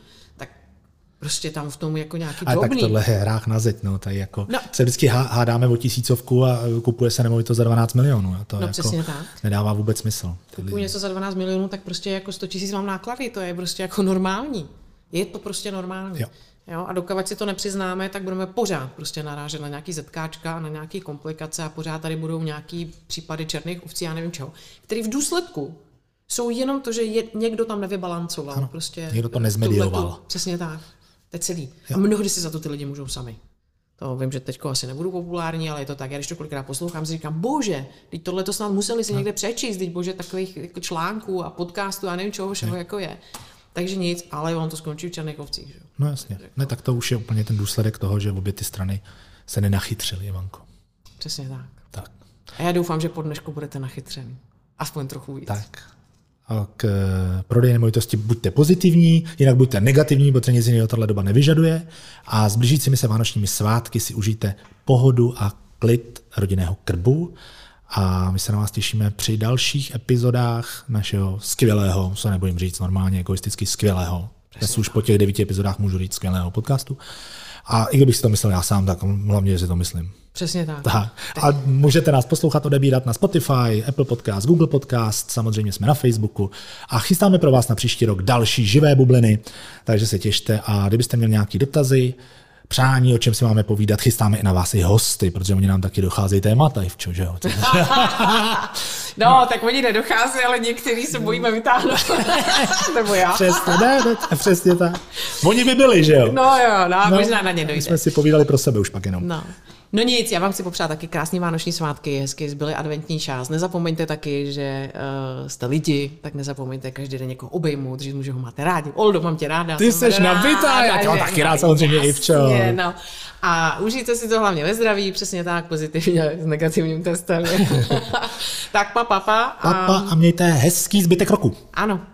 Prostě tam v tom jako nějaký
ale
drobný.
Tak tohle je hrách na zeď, no, tady jako no. se vždycky hádáme o tisícovku a kupuje se nemovitost za dvanáct milionů. A to
no,
jako nedává vůbec smysl.
Kupuji něco za dvanáct milionů, tak prostě jako sto tisíc mám náklady, to je prostě jako normální. Je to prostě normální. Jo. Jo, a dokud si to nepřiznáme, tak budeme pořád prostě narážet na nějaký zetkáčka, na nějaký komplikace a pořád tady budou nějaký případy černých ovcí, já nevím čeho, který v důsledku jsou jenom to, že je, někdo tam nevybalancoval.
Ano,
prostě
někdo to nezmedioval.
Přesně tak. To je celý. Jo. A mnohdy si za to ty lidi můžou sami. To vím, že teďko asi nebudu populární, ale je to tak. Já když to kolikrát poslouchám, si říkám, bože, teď tohle to snad museli si no. někde přečíst, teď bože, takových jako článků a podcastů a nevím čeho všeho jako je. Takže nic, ale on to skončí v černých ovcích. Že?
No jasně. Ne, tak to už je úplně ten důsledek toho, že obě ty strany se nenachytřily, Ivanko.
Přesně tak.
tak.
A já doufám, že po dnešku budete nachytřený. Aspoň trochu víc.
Tak. A k prodeji nemovitosti buďte pozitivní, jinak buďte negativní, protože nic jiného tato doba nevyžaduje. A s blížícími se vánočními svátky si užijte pohodu a klid rodinného krbu. A my se na vás těšíme při dalších epizodách našeho skvělého, co nebojím říct normálně, egoisticky skvělého. Dnes už po těch devíti epizodách můžu říct skvělého podcastu. A i kdybych si to myslel já sám, tak hlavně, že si to myslím.
Přesně tak.
tak. A můžete nás poslouchat, odebírat na Spotify, Apple Podcast, Google Podcast, samozřejmě jsme na Facebooku a chystáme pro vás na příští rok další živé bubliny, takže se těšte a kdybyste měli nějaké dotazy, přání, o čem si máme povídat, chystáme i na vás i hosty, protože oni nám taky docházejí témata, Ivčo, že jo?
No, tak oni nedochází, ale některý se bojíme vytáhnout. Nebo já.
Přesně, ne, ne, přesně tak. Oni by byli, že jo?
No jo, no, no možná na ně dojde.
My jsme si povídali pro sebe už pak jenom.
No. No nic, já vám chci popřát taky krásný vánoční svátky, hezky zbyly adventní čas. Nezapomeňte taky, že uh, jste lidi, tak nezapomeňte každý den někoho obejmout, že že ho máte rádi. Oldo, mám tě ráda.
Ty jsi nabitá, já tě mám taky rád samozřejmě, Ivčo.
No. A užijte si to hlavně ve zdraví, přesně tak, pozitivně, s negativním testem. Tak pa, pa, pa.
A... Papa a mějte hezký zbytek roku.
Ano.